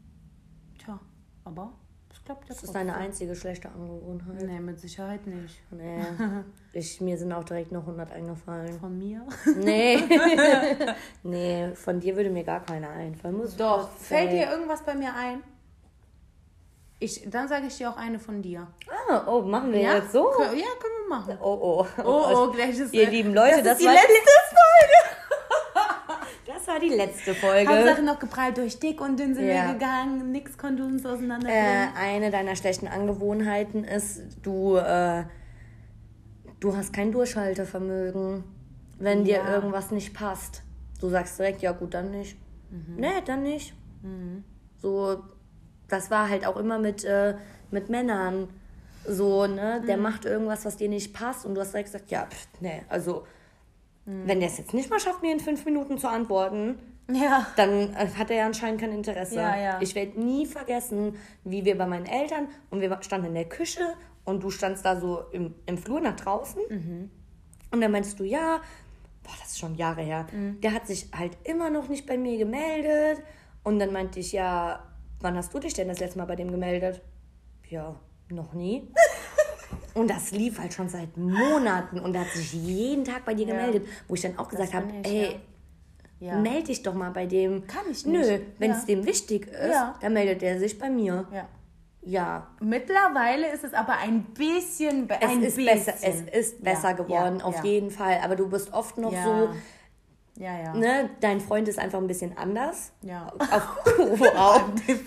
Tja, aber es klappt ja
Das ist
trotzdem.
deine einzige schlechte Angewohnheit.
Nee, mit Sicherheit nicht.
Nee. Ich, mir sind auch direkt noch hundert eingefallen.
Von mir?
Nee. Nee, von dir würde mir gar keine einfallen. Muss
Doch,
ich-
fällt dir irgendwas bei mir ein? Ich, dann sage ich dir auch eine von dir.
Ah, oh, machen wir
Ja?
jetzt so?
Kö- Ja, können wir machen.
Oh, oh.
Oh, oh, gleich ist
Ihr lieben Leute,
das
das,
ist die
war
letzte Folge.
Das war die letzte Folge.
Hauptsache noch geprallt durch dick und dünn sind
Ja.
wir gegangen. Nix konnte uns
Äh,
auseinanderbringen.
eine deiner schlechten Angewohnheiten ist, du, äh, du hast kein Durchhaltevermögen, wenn dir
Ja.
irgendwas nicht passt. Du sagst direkt, ja gut, dann nicht.
Mhm.
Nee, dann nicht. So, das war halt auch immer mit, äh, mit Männern. So, ne, der
Mhm.
macht irgendwas, was dir nicht passt und du hast direkt gesagt, ja, pff, nee, also, wenn der es jetzt nicht mal schafft, mir in fünf Minuten zu antworten,
Ja.
dann äh, hat er ja anscheinend kein Interesse.
Ja, ja.
Ich werde nie vergessen, wie wir bei meinen Eltern und wir standen in der Küche und du standst da so im, im Flur nach draußen
Mhm.
und dann meinst du, ja, boah, das ist schon Jahre her,
Mhm.
der hat sich halt immer noch nicht bei mir gemeldet und dann meinte ich, ja, wann hast du dich denn das letzte Mal bei dem gemeldet? Ja, noch nie. Und das lief halt schon seit Monaten und er hat sich jeden Tag bei dir
Ja.
gemeldet, wo ich dann auch gesagt habe,
kann ich,
ey,
Ja.
melde dich doch mal bei dem.
Kann ich
Nö,
nicht.
wenn
Ja.
es dem wichtig ist,
Ja.
dann meldet er sich bei mir.
Ja.
Ja,
Mittlerweile ist es aber ein bisschen... Be
es
ein
ist
bisschen.
besser, es ist besser
Ja,
geworden,
ja,
auf
ja.
jeden Fall. Aber du bist oft noch
Ja.
so,
Ja, ja.
ne, dein Freund ist einfach ein bisschen anders.
Ja.
Auf, wow.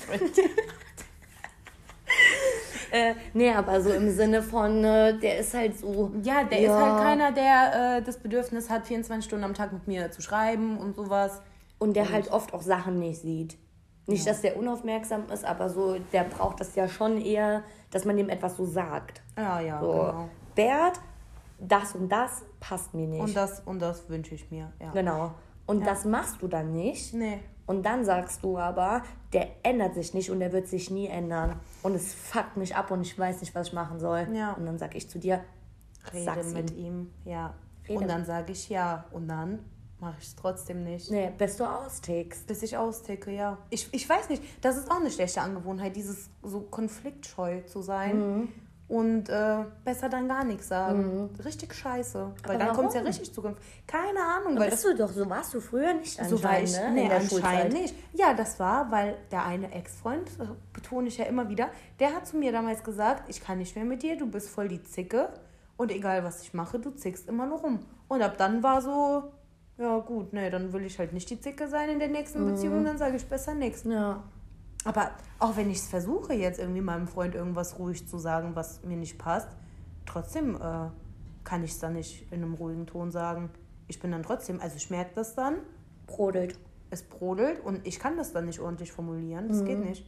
äh, nee, aber so im Sinne von, äh, der ist halt so.
Ja, der ist halt keiner, der äh, das Bedürfnis hat, vierundzwanzig Stunden am Tag mit mir zu schreiben und sowas.
Und der halt oft auch Sachen nicht sieht. Nicht, dass der unaufmerksam ist, aber so, der braucht das ja schon eher, dass man dem etwas so sagt.
Ja, ja,
So,
genau.
Bert, das und das passt mir nicht.
Und das, und das wünsche ich mir, ja.
Genau. Und
Ja.
das machst du dann nicht.
Nee.
Und dann sagst du aber, der ändert sich nicht und der wird sich nie ändern. Und es fuckt mich ab und ich weiß nicht, was ich machen soll.
Ja.
Und dann sag ich zu dir,
Rede
sag's
mit
ihm.
ihm, ja.
Rede.
Und dann sage ich ja. Und dann mache ich es trotzdem nicht.
Nee, bis du austickst.
Bis ich austicke, ja. Ich, ich weiß nicht, das ist auch eine schlechte Angewohnheit, dieses so konfliktscheu zu sein.
Mhm.
Und äh, besser dann gar nichts sagen. Richtig scheiße. Weil dann
warum?
kommt es ja richtig Zukunft. Keine Ahnung. Weil
Bist
das,
du doch, so warst du früher nicht
so war ich,
anscheinend, ne?
nee,
in der
anscheinend
Schulzeit.
nicht. Ja, das war, weil der eine Ex-Freund, äh, betone ich ja immer wieder, der hat zu mir damals gesagt, ich kann nicht mehr mit dir, du bist voll die Zicke. Und egal, was ich mache, du zickst immer nur rum. Und ab dann war so, ja gut, nee, dann will ich halt nicht die Zicke sein in der nächsten Beziehung, dann sage ich besser nichts.
Ja.
Aber auch wenn ich es versuche, jetzt irgendwie meinem Freund irgendwas ruhig zu sagen, was mir nicht passt, trotzdem äh, kann ich es dann nicht in einem ruhigen Ton sagen. Ich bin dann trotzdem, also ich merke das dann,
Brodelt.
es brodelt und ich kann das dann nicht ordentlich formulieren. Das geht nicht.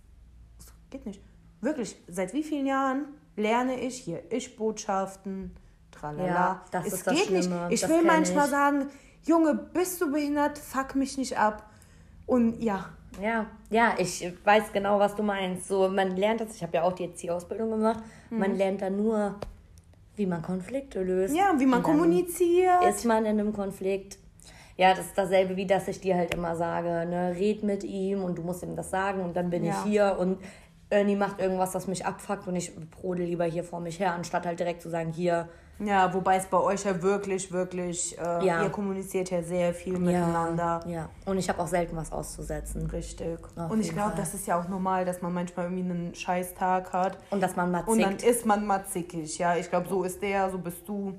Das geht nicht. Wirklich, seit wie vielen Jahren lerne ich hier Ich-Botschaften, tralala.
Ja, das
es
ist das
geht nicht.
Schlimme.
Ich
Das
will
kenn
manchmal
ich.
sagen, Junge, bist du behindert? Fuck mich nicht ab. Und ja,
Ja, ja, ich weiß genau, was du meinst. So, man lernt das, ich habe ja auch die Erzieherausbildung gemacht, man lernt da nur, wie man Konflikte löst.
ja, wie man
Und dann
kommuniziert.
Ist man in einem Konflikt? Ja, das ist dasselbe, wie dass ich dir halt immer sage, ne, red mit ihm und du musst ihm das sagen und dann bin
Ja.
ich hier und Ernie macht irgendwas, das mich abfuckt und ich brodel lieber hier vor mich her, anstatt halt direkt zu sagen, hier,
Ja, wobei es bei euch ja wirklich, wirklich, äh,
Ja.
ihr kommuniziert ja sehr viel miteinander.
ja, ja. Und ich habe auch selten was auszusetzen.
Richtig.
Auf
Und ich
jeden
glaube,
Fall.
das ist ja auch normal, dass man manchmal irgendwie einen Scheißtag hat.
Und dass man mal
Und dann
zickt.
ist man mal zickig, ja. Ich glaube, so ist der, so bist du,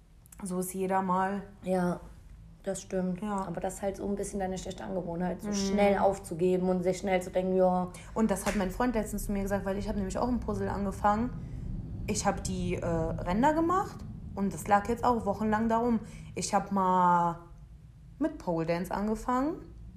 so ist jeder mal.
Ja, das stimmt.
Ja.
Aber das ist halt so ein bisschen deine schlechte Angewohnheit, so schnell aufzugeben und sich schnell zu denken, ja,
Und das hat mein Freund letztens zu mir gesagt, weil ich habe nämlich auch ein Puzzle angefangen. Ich habe die äh, Ränder gemacht und das lag jetzt auch wochenlang darum. Ich habe mal mit Pole Dance angefangen.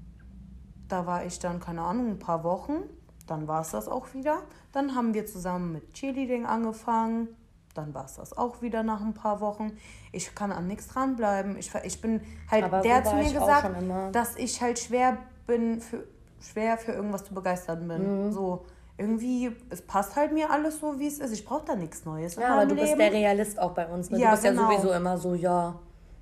Da war ich dann, keine Ahnung, ein paar Wochen. Dann war es das auch wieder. Dann haben wir zusammen mit Cheerleading angefangen. Dann war es das auch wieder nach ein paar Wochen. Ich kann an nichts dranbleiben. Ich, ich bin halt,
Aber
der
so
hat zu
war
mir
ich auch
gesagt,
schon immer.
dass ich halt schwer bin, für, schwer für irgendwas zu begeistern bin.
Mhm.
So, irgendwie, es passt halt mir alles so, wie es ist. Ich brauche da nichts Neues in
ja, aber
meinem
du bist
Leben.
der Realist auch bei uns. Ne?
Ja,
du bist
genau.
ja sowieso immer so, ja,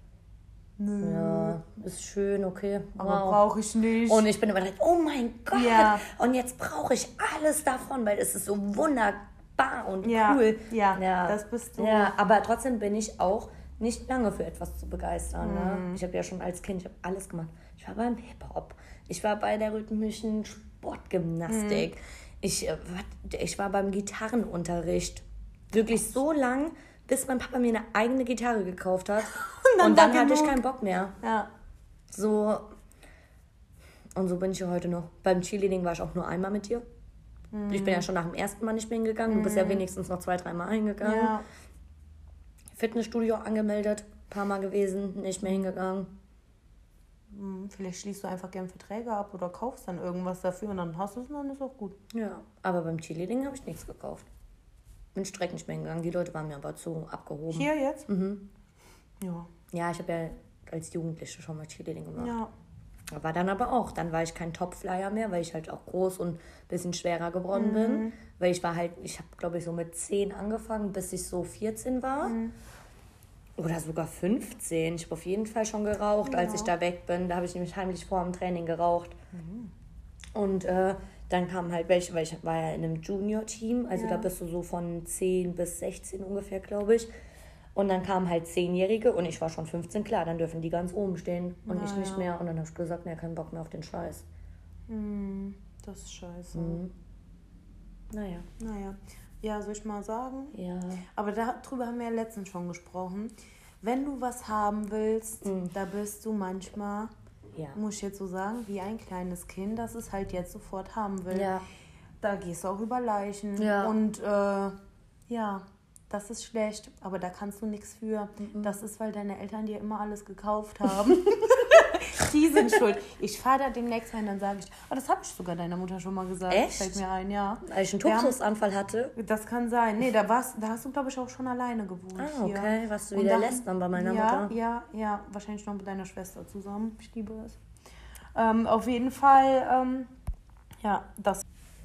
Nö,
ja, ist schön, okay,
aber
wow.
brauche ich nicht.
Und ich bin immer direkt, oh mein Gott,
Ja.
und jetzt brauche ich alles davon, weil es ist so wunderbar und
Ja,
cool.
ja, das bist du.
Ja, aber trotzdem bin ich auch nicht lange für etwas zu begeistern.
Mhm.
Ne? Ich habe ja schon als Kind, ich habe alles gemacht. Ich war beim Hip-Hop, ich war bei der rhythmischen Sportgymnastik,
Mhm.
ich, äh, wat- ich war beim Gitarrenunterricht. Wirklich so lang, bis mein Papa mir eine eigene Gitarre gekauft hat.
Und dann
Und dann
war
hatte ich
genug.
keinen Bock mehr.
Ja.
So, Und so bin ich ja heute noch. Beim Cheerleading war ich auch nur einmal mit dir. Mhm. Ich bin ja schon nach dem ersten Mal nicht mehr hingegangen. Mhm. Du bist ja wenigstens noch zwei, drei Mal hingegangen. Ja. Fitnessstudio angemeldet, ein paar Mal gewesen, nicht mehr hingegangen.
Mhm. Vielleicht schließt du einfach gern Verträge ab oder kaufst dann irgendwas dafür und dann hast du es und dann ist auch gut.
Ja, aber beim Cheerleading habe ich nichts gekauft. Bin direkt nicht mehr hingegangen. Die Leute waren mir aber zu abgehoben.
Hier jetzt?
Mhm.
Ja.
Ja, ich habe ja als Jugendliche schon mal Cheerleading gemacht.
Ja.
War dann aber auch. Dann war ich kein Topflyer mehr, weil ich halt auch groß und ein bisschen schwerer geworden mhm. bin. Weil ich war halt, ich habe glaube ich so mit zehn angefangen, bis ich so vierzehn war. Mhm. Oder sogar fünfzehn. Ich habe auf jeden Fall schon geraucht, ja. als ich da weg bin. Da habe ich nämlich heimlich vor dem Training geraucht. Mhm. Und äh, dann kamen halt welche, weil ich war ja in einem Junior-Team. Also ja. da bist du so von zehn bis sechzehn ungefähr, glaube ich. Und dann kamen halt Zehnjährige und ich war schon fünfzehn, klar, dann dürfen die ganz oben stehen und ja, ich nicht mehr. Und dann habe ich gesagt, ne, keinen Bock mehr auf den Scheiß.
Hm, das ist scheiße.
Mhm. Naja.
Naja. Ja, soll ich mal sagen?
Ja.
Aber darüber haben wir ja letztens schon gesprochen. Wenn du was haben willst, mhm. da bist du manchmal, ja. muss ich jetzt so sagen, wie ein kleines Kind, das es halt jetzt sofort haben will.
Ja.
Da gehst du auch über Leichen.
Ja.
Und äh, ja... Das ist schlecht, aber da kannst du nichts für. Mhm. Das ist, weil deine Eltern dir immer alles gekauft haben. Die sind schuld. Ich fahre da demnächst rein, dann sage ich, oh, das habe ich sogar deiner Mutter schon mal gesagt.
Echt?
Fällt mir ein, ja.
Als ich einen Tobsuchtsanfall hatte?
Das kann sein. Nee, da, warst, da hast du, glaube ich, auch schon alleine gewohnt.
Ah, okay. Hier. Warst du wieder lästern bei meiner
ja,
Mutter?
Ja, ja, wahrscheinlich noch mit deiner Schwester zusammen. Ich liebe es. Ähm, auf jeden Fall, ähm, ja, das...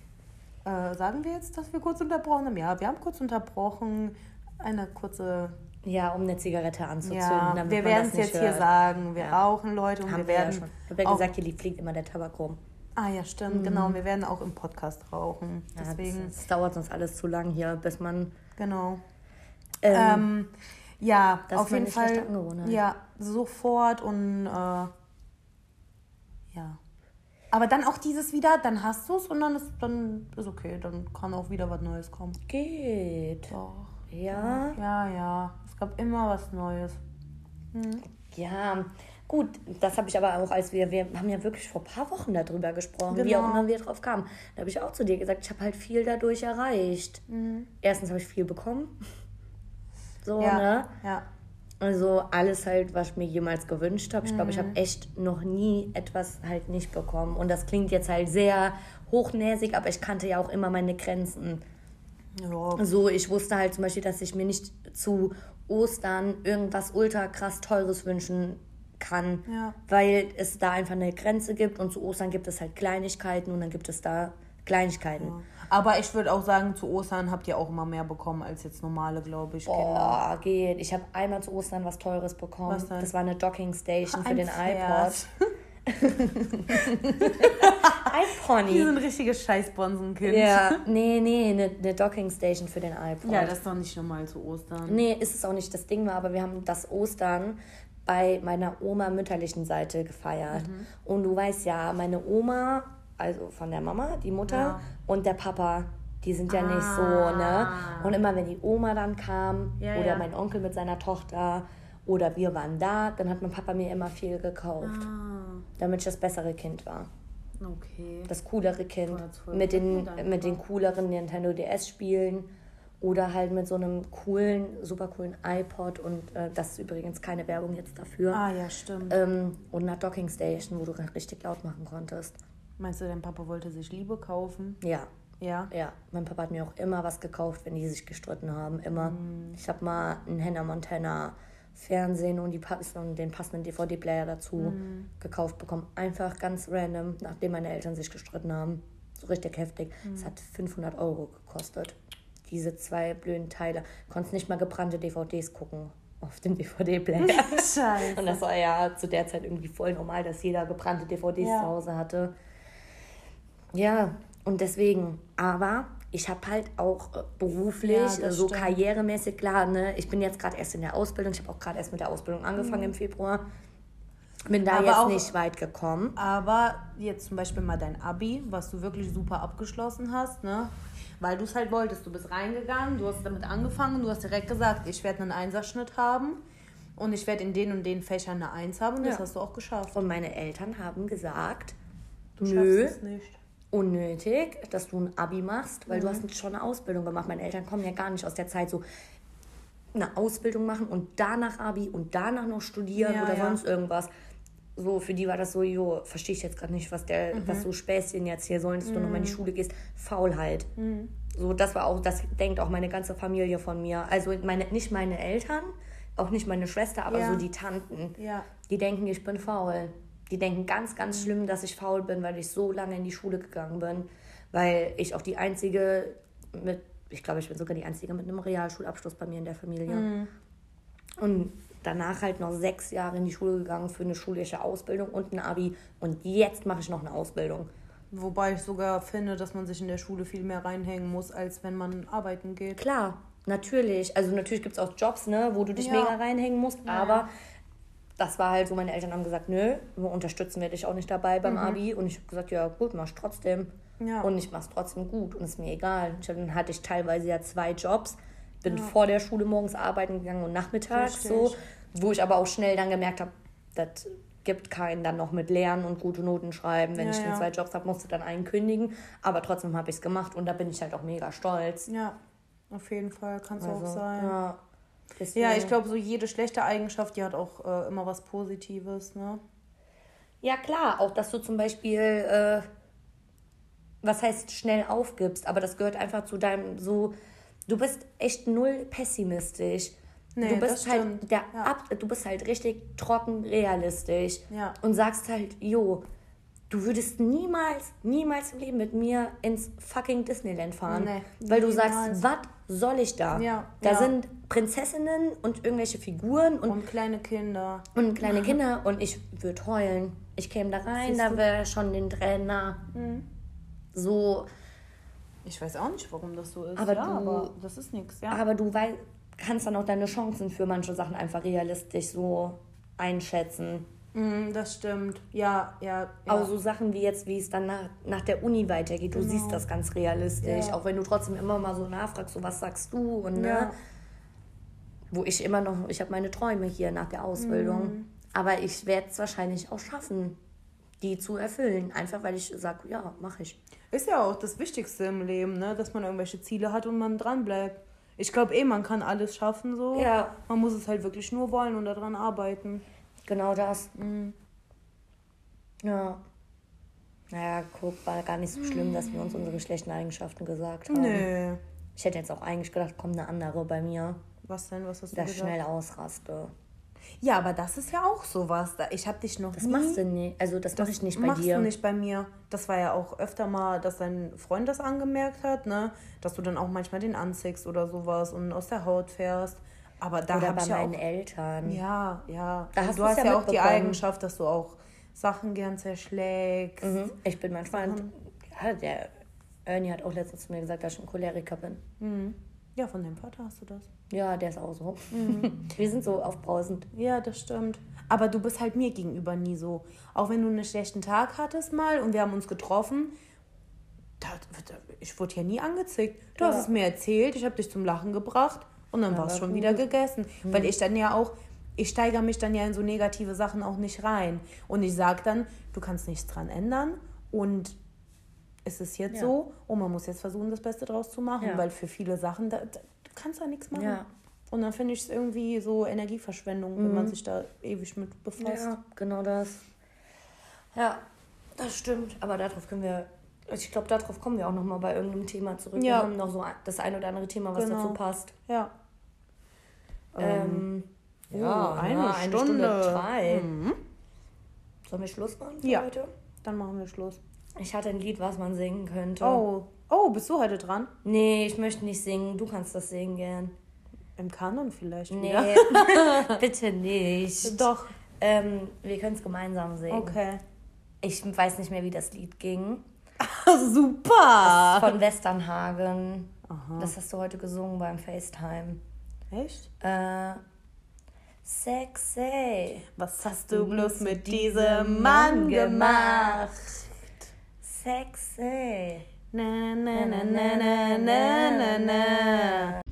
Äh, sagen wir jetzt, dass wir kurz unterbrochen haben? Ja, wir haben kurz unterbrochen. Eine kurze...
Ja, um eine Zigarette anzuzünden.
Ja,
damit
wir werden es jetzt hört. Hier sagen. Wir ja. rauchen, Leute. Und
haben
wir werden
ja schon. Ich habe ja gesagt, hier fliegt immer der Tabak rum.
Ah ja, stimmt. Mhm. Genau, wir werden auch im Podcast rauchen.
Ja,
Deswegen...
Es dauert sonst alles zu lang hier, bis man...
Genau. Ähm, ähm, ja,
das
auf jeden Fall.
Angewohnheit.
Ja, sofort und... Äh, ja... Aber dann auch dieses wieder, dann hast du es und dann ist, dann ist okay, dann kann auch wieder was Neues kommen.
Geht.
Doch.
Ja?
Ja, ja. Es gab immer was Neues.
Hm. Ja, gut, das habe ich aber auch, als wir, wir haben ja wirklich vor ein paar Wochen darüber gesprochen, genau. wie auch immer wir drauf kamen. Da habe ich auch zu dir gesagt, ich habe halt viel dadurch erreicht. Mhm. Erstens habe ich viel bekommen. So,
ja,
ne?
Ja.
Also alles halt, was ich mir jemals gewünscht habe. Ich glaube, ich habe echt noch nie etwas halt nicht bekommen. Und das klingt jetzt halt sehr hochnäsig, aber ich kannte ja auch immer meine Grenzen.
Ja.
So, ich wusste halt zum Beispiel, dass ich mir nicht zu Ostern irgendwas ultra krass Teures wünschen kann.
Ja.
Weil es da einfach eine Grenze gibt und zu Ostern gibt es halt Kleinigkeiten und dann gibt es da Kleinigkeiten.
Ja. Aber ich würde auch sagen, zu Ostern habt ihr auch immer mehr bekommen als jetzt normale, glaube ich, Kinder.
Boah, geht. Ich habe einmal zu Ostern was Teures bekommen.
Was denn?
Das war eine Docking Station für
ein
den
Pferd.
iPod. Ein Pony.
Die sind richtiges Scheißbonsenkind.
Ja, nee, nee, eine, eine Docking Station für den iPod.
Ja, das ist doch nicht normal zu Ostern.
Nee, ist es auch nicht. Das Ding war, aber wir haben das Ostern bei meiner Oma mütterlichen Seite gefeiert. Mhm. Und du weißt ja, meine Oma, also von der Mama, die Mutter, ja. und der Papa, die sind ja ah. nicht so, ne? Und immer wenn die Oma dann kam,
ja,
oder
ja.
mein Onkel mit seiner Tochter, oder wir waren da, dann hat mein Papa mir immer viel gekauft.
Ah.
Damit ich das bessere Kind war.
Okay.
Das coolere Kind. Mit den, mit den cooleren Nintendo D S-Spielen. Oder halt mit so einem coolen, super coolen iPod. Und äh, das ist übrigens keine Werbung jetzt dafür.
Ah ja, stimmt.
Ähm, und einer Docking Station, wo du richtig laut machen konntest.
Meinst du, dein Papa wollte sich Liebe kaufen?
Ja.
Ja?
Ja. Mein Papa hat mir auch immer was gekauft, wenn die sich gestritten haben. Immer. Mm. Ich habe mal einen Hannah Montana Fernsehen und, die und den passenden D V D-Player dazu mm. gekauft bekommen. Einfach ganz random, nachdem meine Eltern sich gestritten haben. So richtig heftig. Es mm. hat fünfhundert Euro gekostet. Diese zwei blöden Teile. Konntest nicht mal gebrannte D V Ds gucken auf dem D V D-Player.
Scheiße.
Und das war ja zu der Zeit irgendwie voll normal, dass jeder gebrannte D V Ds ja. zu Hause hatte. Ja, und deswegen. Aber ich habe halt auch beruflich, ja, so stimmt. karrieremäßig, klar, ne, ich bin jetzt gerade erst in der Ausbildung. Ich habe auch gerade erst mit der Ausbildung angefangen mhm. im Februar. Bin da aber jetzt auch nicht weit gekommen.
Aber jetzt zum Beispiel mal dein Abi, was du wirklich super abgeschlossen hast, ne? Weil du es halt wolltest. Du bist reingegangen, du hast damit angefangen, du hast direkt gesagt, ich werde einen Einserschnitt haben und ich werde in den und den Fächern eine Eins haben und ja. das hast du auch geschafft.
Und meine Eltern haben gesagt,
Du
Nö.
schaffst es nicht.
Unnötig, dass du ein Abi machst, weil
Mhm.
du hast schon eine Ausbildung gemacht. Meine Eltern kommen ja gar nicht aus der Zeit so eine Ausbildung machen und danach Abi und danach noch studieren
Ja,
oder
ja.
sonst irgendwas. So, für die war das so, jo, verstehe ich jetzt gerade nicht, was der,
Mhm.
was so Späßchen jetzt hier sollen, dass du nochmal in die Schule gehst. Faulheit.
Mhm.
So, das war auch, das denkt auch meine ganze Familie von mir. Also meine, nicht meine Eltern, auch nicht meine Schwester, aber
Ja.
so die Tanten.
Ja.
Die denken, ich bin faul. Die denken ganz, ganz schlimm, dass ich faul bin, weil ich so lange in die Schule gegangen bin. Weil ich auch die einzige mit, ich glaube, ich bin sogar die einzige mit einem Realschulabschluss bei mir in der Familie.
Mhm.
Und danach halt noch sechs Jahre in die Schule gegangen für eine schulische Ausbildung und ein Abi. Und jetzt mache ich noch eine Ausbildung.
Wobei ich sogar finde, dass man sich in der Schule viel mehr reinhängen muss, als wenn man arbeiten geht.
Klar, natürlich. Also natürlich gibt es auch Jobs, ne, wo du dich
Ja.
mega reinhängen musst.
Ja.
Aber das war halt so, meine Eltern haben gesagt, nö, wir unterstützen wir dich auch nicht dabei beim
Mhm.
Abi. Und ich habe gesagt, ja gut, mach ich trotzdem.
Ja.
Und ich mach's trotzdem gut und ist mir egal. Ich, dann hatte ich teilweise ja zwei Jobs. Bin
Ja.
vor der Schule morgens arbeiten gegangen und nachmittags
Richtig.
so. Wo ich aber auch schnell dann gemerkt habe, das gibt keinen dann noch mit Lernen und gute Noten schreiben. Wenn
Ja,
ich dann
ja.
zwei Jobs habe, musste dann einen kündigen. Aber trotzdem habe ich es gemacht und da bin ich halt auch mega stolz.
Ja, auf jeden Fall kann es
Also,
auch sein.
Ja, deswegen-
Ja, ich glaube, so jede schlechte Eigenschaft, die hat auch äh, immer was Positives, ne?
Ja, klar, auch dass du zum Beispiel, äh, was heißt schnell aufgibst, aber das gehört einfach zu deinem so, du bist echt null pessimistisch.
Nee,
du
das
bist halt
stimmt.
der
Ja.
Ab, du bist halt richtig trocken realistisch
Ja.
und sagst halt, jo, du würdest niemals, niemals im Leben mit mir ins fucking Disneyland fahren,
Nee,
weil du
niemals.
sagst, was soll ich da?
Ja,
Da
ja.
sind Prinzessinnen und irgendwelche Figuren und
Und kleine Kinder.
und kleine Kinder und ich würde heulen. Ich käme da rein,
Siehst
da
du?
wäre schon den Tränen nah.
Mhm.
So,
Ich weiß auch nicht, warum das so ist.
Aber
ja,
du-
aber das ist nichts, ja.
aber du wei- kannst dann auch deine Chancen für manche Sachen einfach realistisch so einschätzen.
Mhm, das stimmt. Ja, ja, ja.
Aber so Sachen wie jetzt, wie es dann nach, nach der Uni weitergeht, du
Genau.
siehst das ganz realistisch.
Ja.
Auch wenn du trotzdem immer mal so nachfragst, so was sagst du und ne?
Ja.
Wo ich immer noch, ich habe meine Träume hier nach der Ausbildung.
Mhm.
Aber ich werde es wahrscheinlich auch schaffen, die zu erfüllen. Einfach weil ich sage, ja, mache ich.
Ist ja auch das Wichtigste im Leben, ne? Dass man irgendwelche Ziele hat und man dran bleibt. Ich glaube eh, man kann alles schaffen so.
Ja.
Man muss es halt wirklich nur wollen und daran arbeiten.
Genau das.
Mhm.
Ja. Naja, guck, war gar nicht so schlimm, dass wir uns unsere schlechten Eigenschaften gesagt haben.
Nee.
Ich hätte jetzt auch eigentlich gedacht, kommt eine andere bei mir,
Was denn? Was hast du
dass ich
gesagt?
schnell ausraste.
Ja, aber das ist ja auch sowas. Da- Ich habe dich noch
Das
nie...
machst du nicht. Also das mache ich nicht bei
machst
dir.
du nicht bei mir. Das war ja auch öfter mal, dass dein Freund das angemerkt hat, ne? Dass du dann auch manchmal den anziehst oder sowas und aus der Haut fährst. Aber da
Oder
habe
bei
ich ja
meinen
auch...
Eltern.
Ja, ja.
Da
Und
hast
du
du's
hast
ja
ja, auch die
mitbekommen.
Eigenschaft, dass du auch Sachen gern zerschlägst.
Mhm. Ich bin mein Freund. Ja, der Ernie hat auch letztens zu mir gesagt, dass ich ein Choleriker bin.
Mhm. Ja, von deinem Vater hast du das.
Ja, der ist auch so.
Mhm.
Wir sind so aufbrausend.
Ja, das stimmt. Aber du bist halt mir gegenüber nie so. Auch wenn du einen schlechten Tag hattest mal und wir haben uns getroffen, da, ich wurde ja nie angezickt. Du
Ja.
hast es mir erzählt, ich habe dich zum Lachen gebracht und dann
Ja,
war es
war
schon
gut.
wieder gegessen. Weil ich dann ja auch, ich steigere mich dann ja in so negative Sachen auch nicht rein. Und ich sage dann, du kannst nichts dran ändern und es ist jetzt
Ja.
so und man muss jetzt versuchen, das Beste draus zu machen,
Ja.
weil für viele Sachen, da, da, du kannst da nichts machen.
Ja.
Und dann finde ich es irgendwie so Energieverschwendung, wenn man sich da ewig mit befasst.
Ja, genau das. Ja, das stimmt. Aber darauf können wir, also ich glaube, darauf kommen wir auch nochmal bei irgendeinem Thema zurück.
Ja.
Wir haben noch so ein- das ein oder andere Thema, was
Genau.
dazu passt.
Ja.
Ähm,
oh,
ja,
eine
ja,
Stunde.
Stunde drei.
Mhm.
Sollen wir Schluss machen für
Ja.
heute?
Dann machen wir Schluss.
Ich hatte ein Lied, was man singen könnte.
Oh. Oh, bist du heute dran?
Nee, ich möchte nicht singen. Du kannst das singen gern.
Im Kanon vielleicht
Nee,
wieder.
bitte nicht.
Doch.
Ähm, wir können es gemeinsam singen.
Okay.
Ich weiß nicht mehr, wie das Lied ging.
Super.
Von Westernhagen.
Aha.
Das hast du heute gesungen beim FaceTime.
Echt?
Äh, sexy.
Was hast du bloß mit diesem Mann gemacht?
Sexy.
Na, na, na, na, na, na, na, na.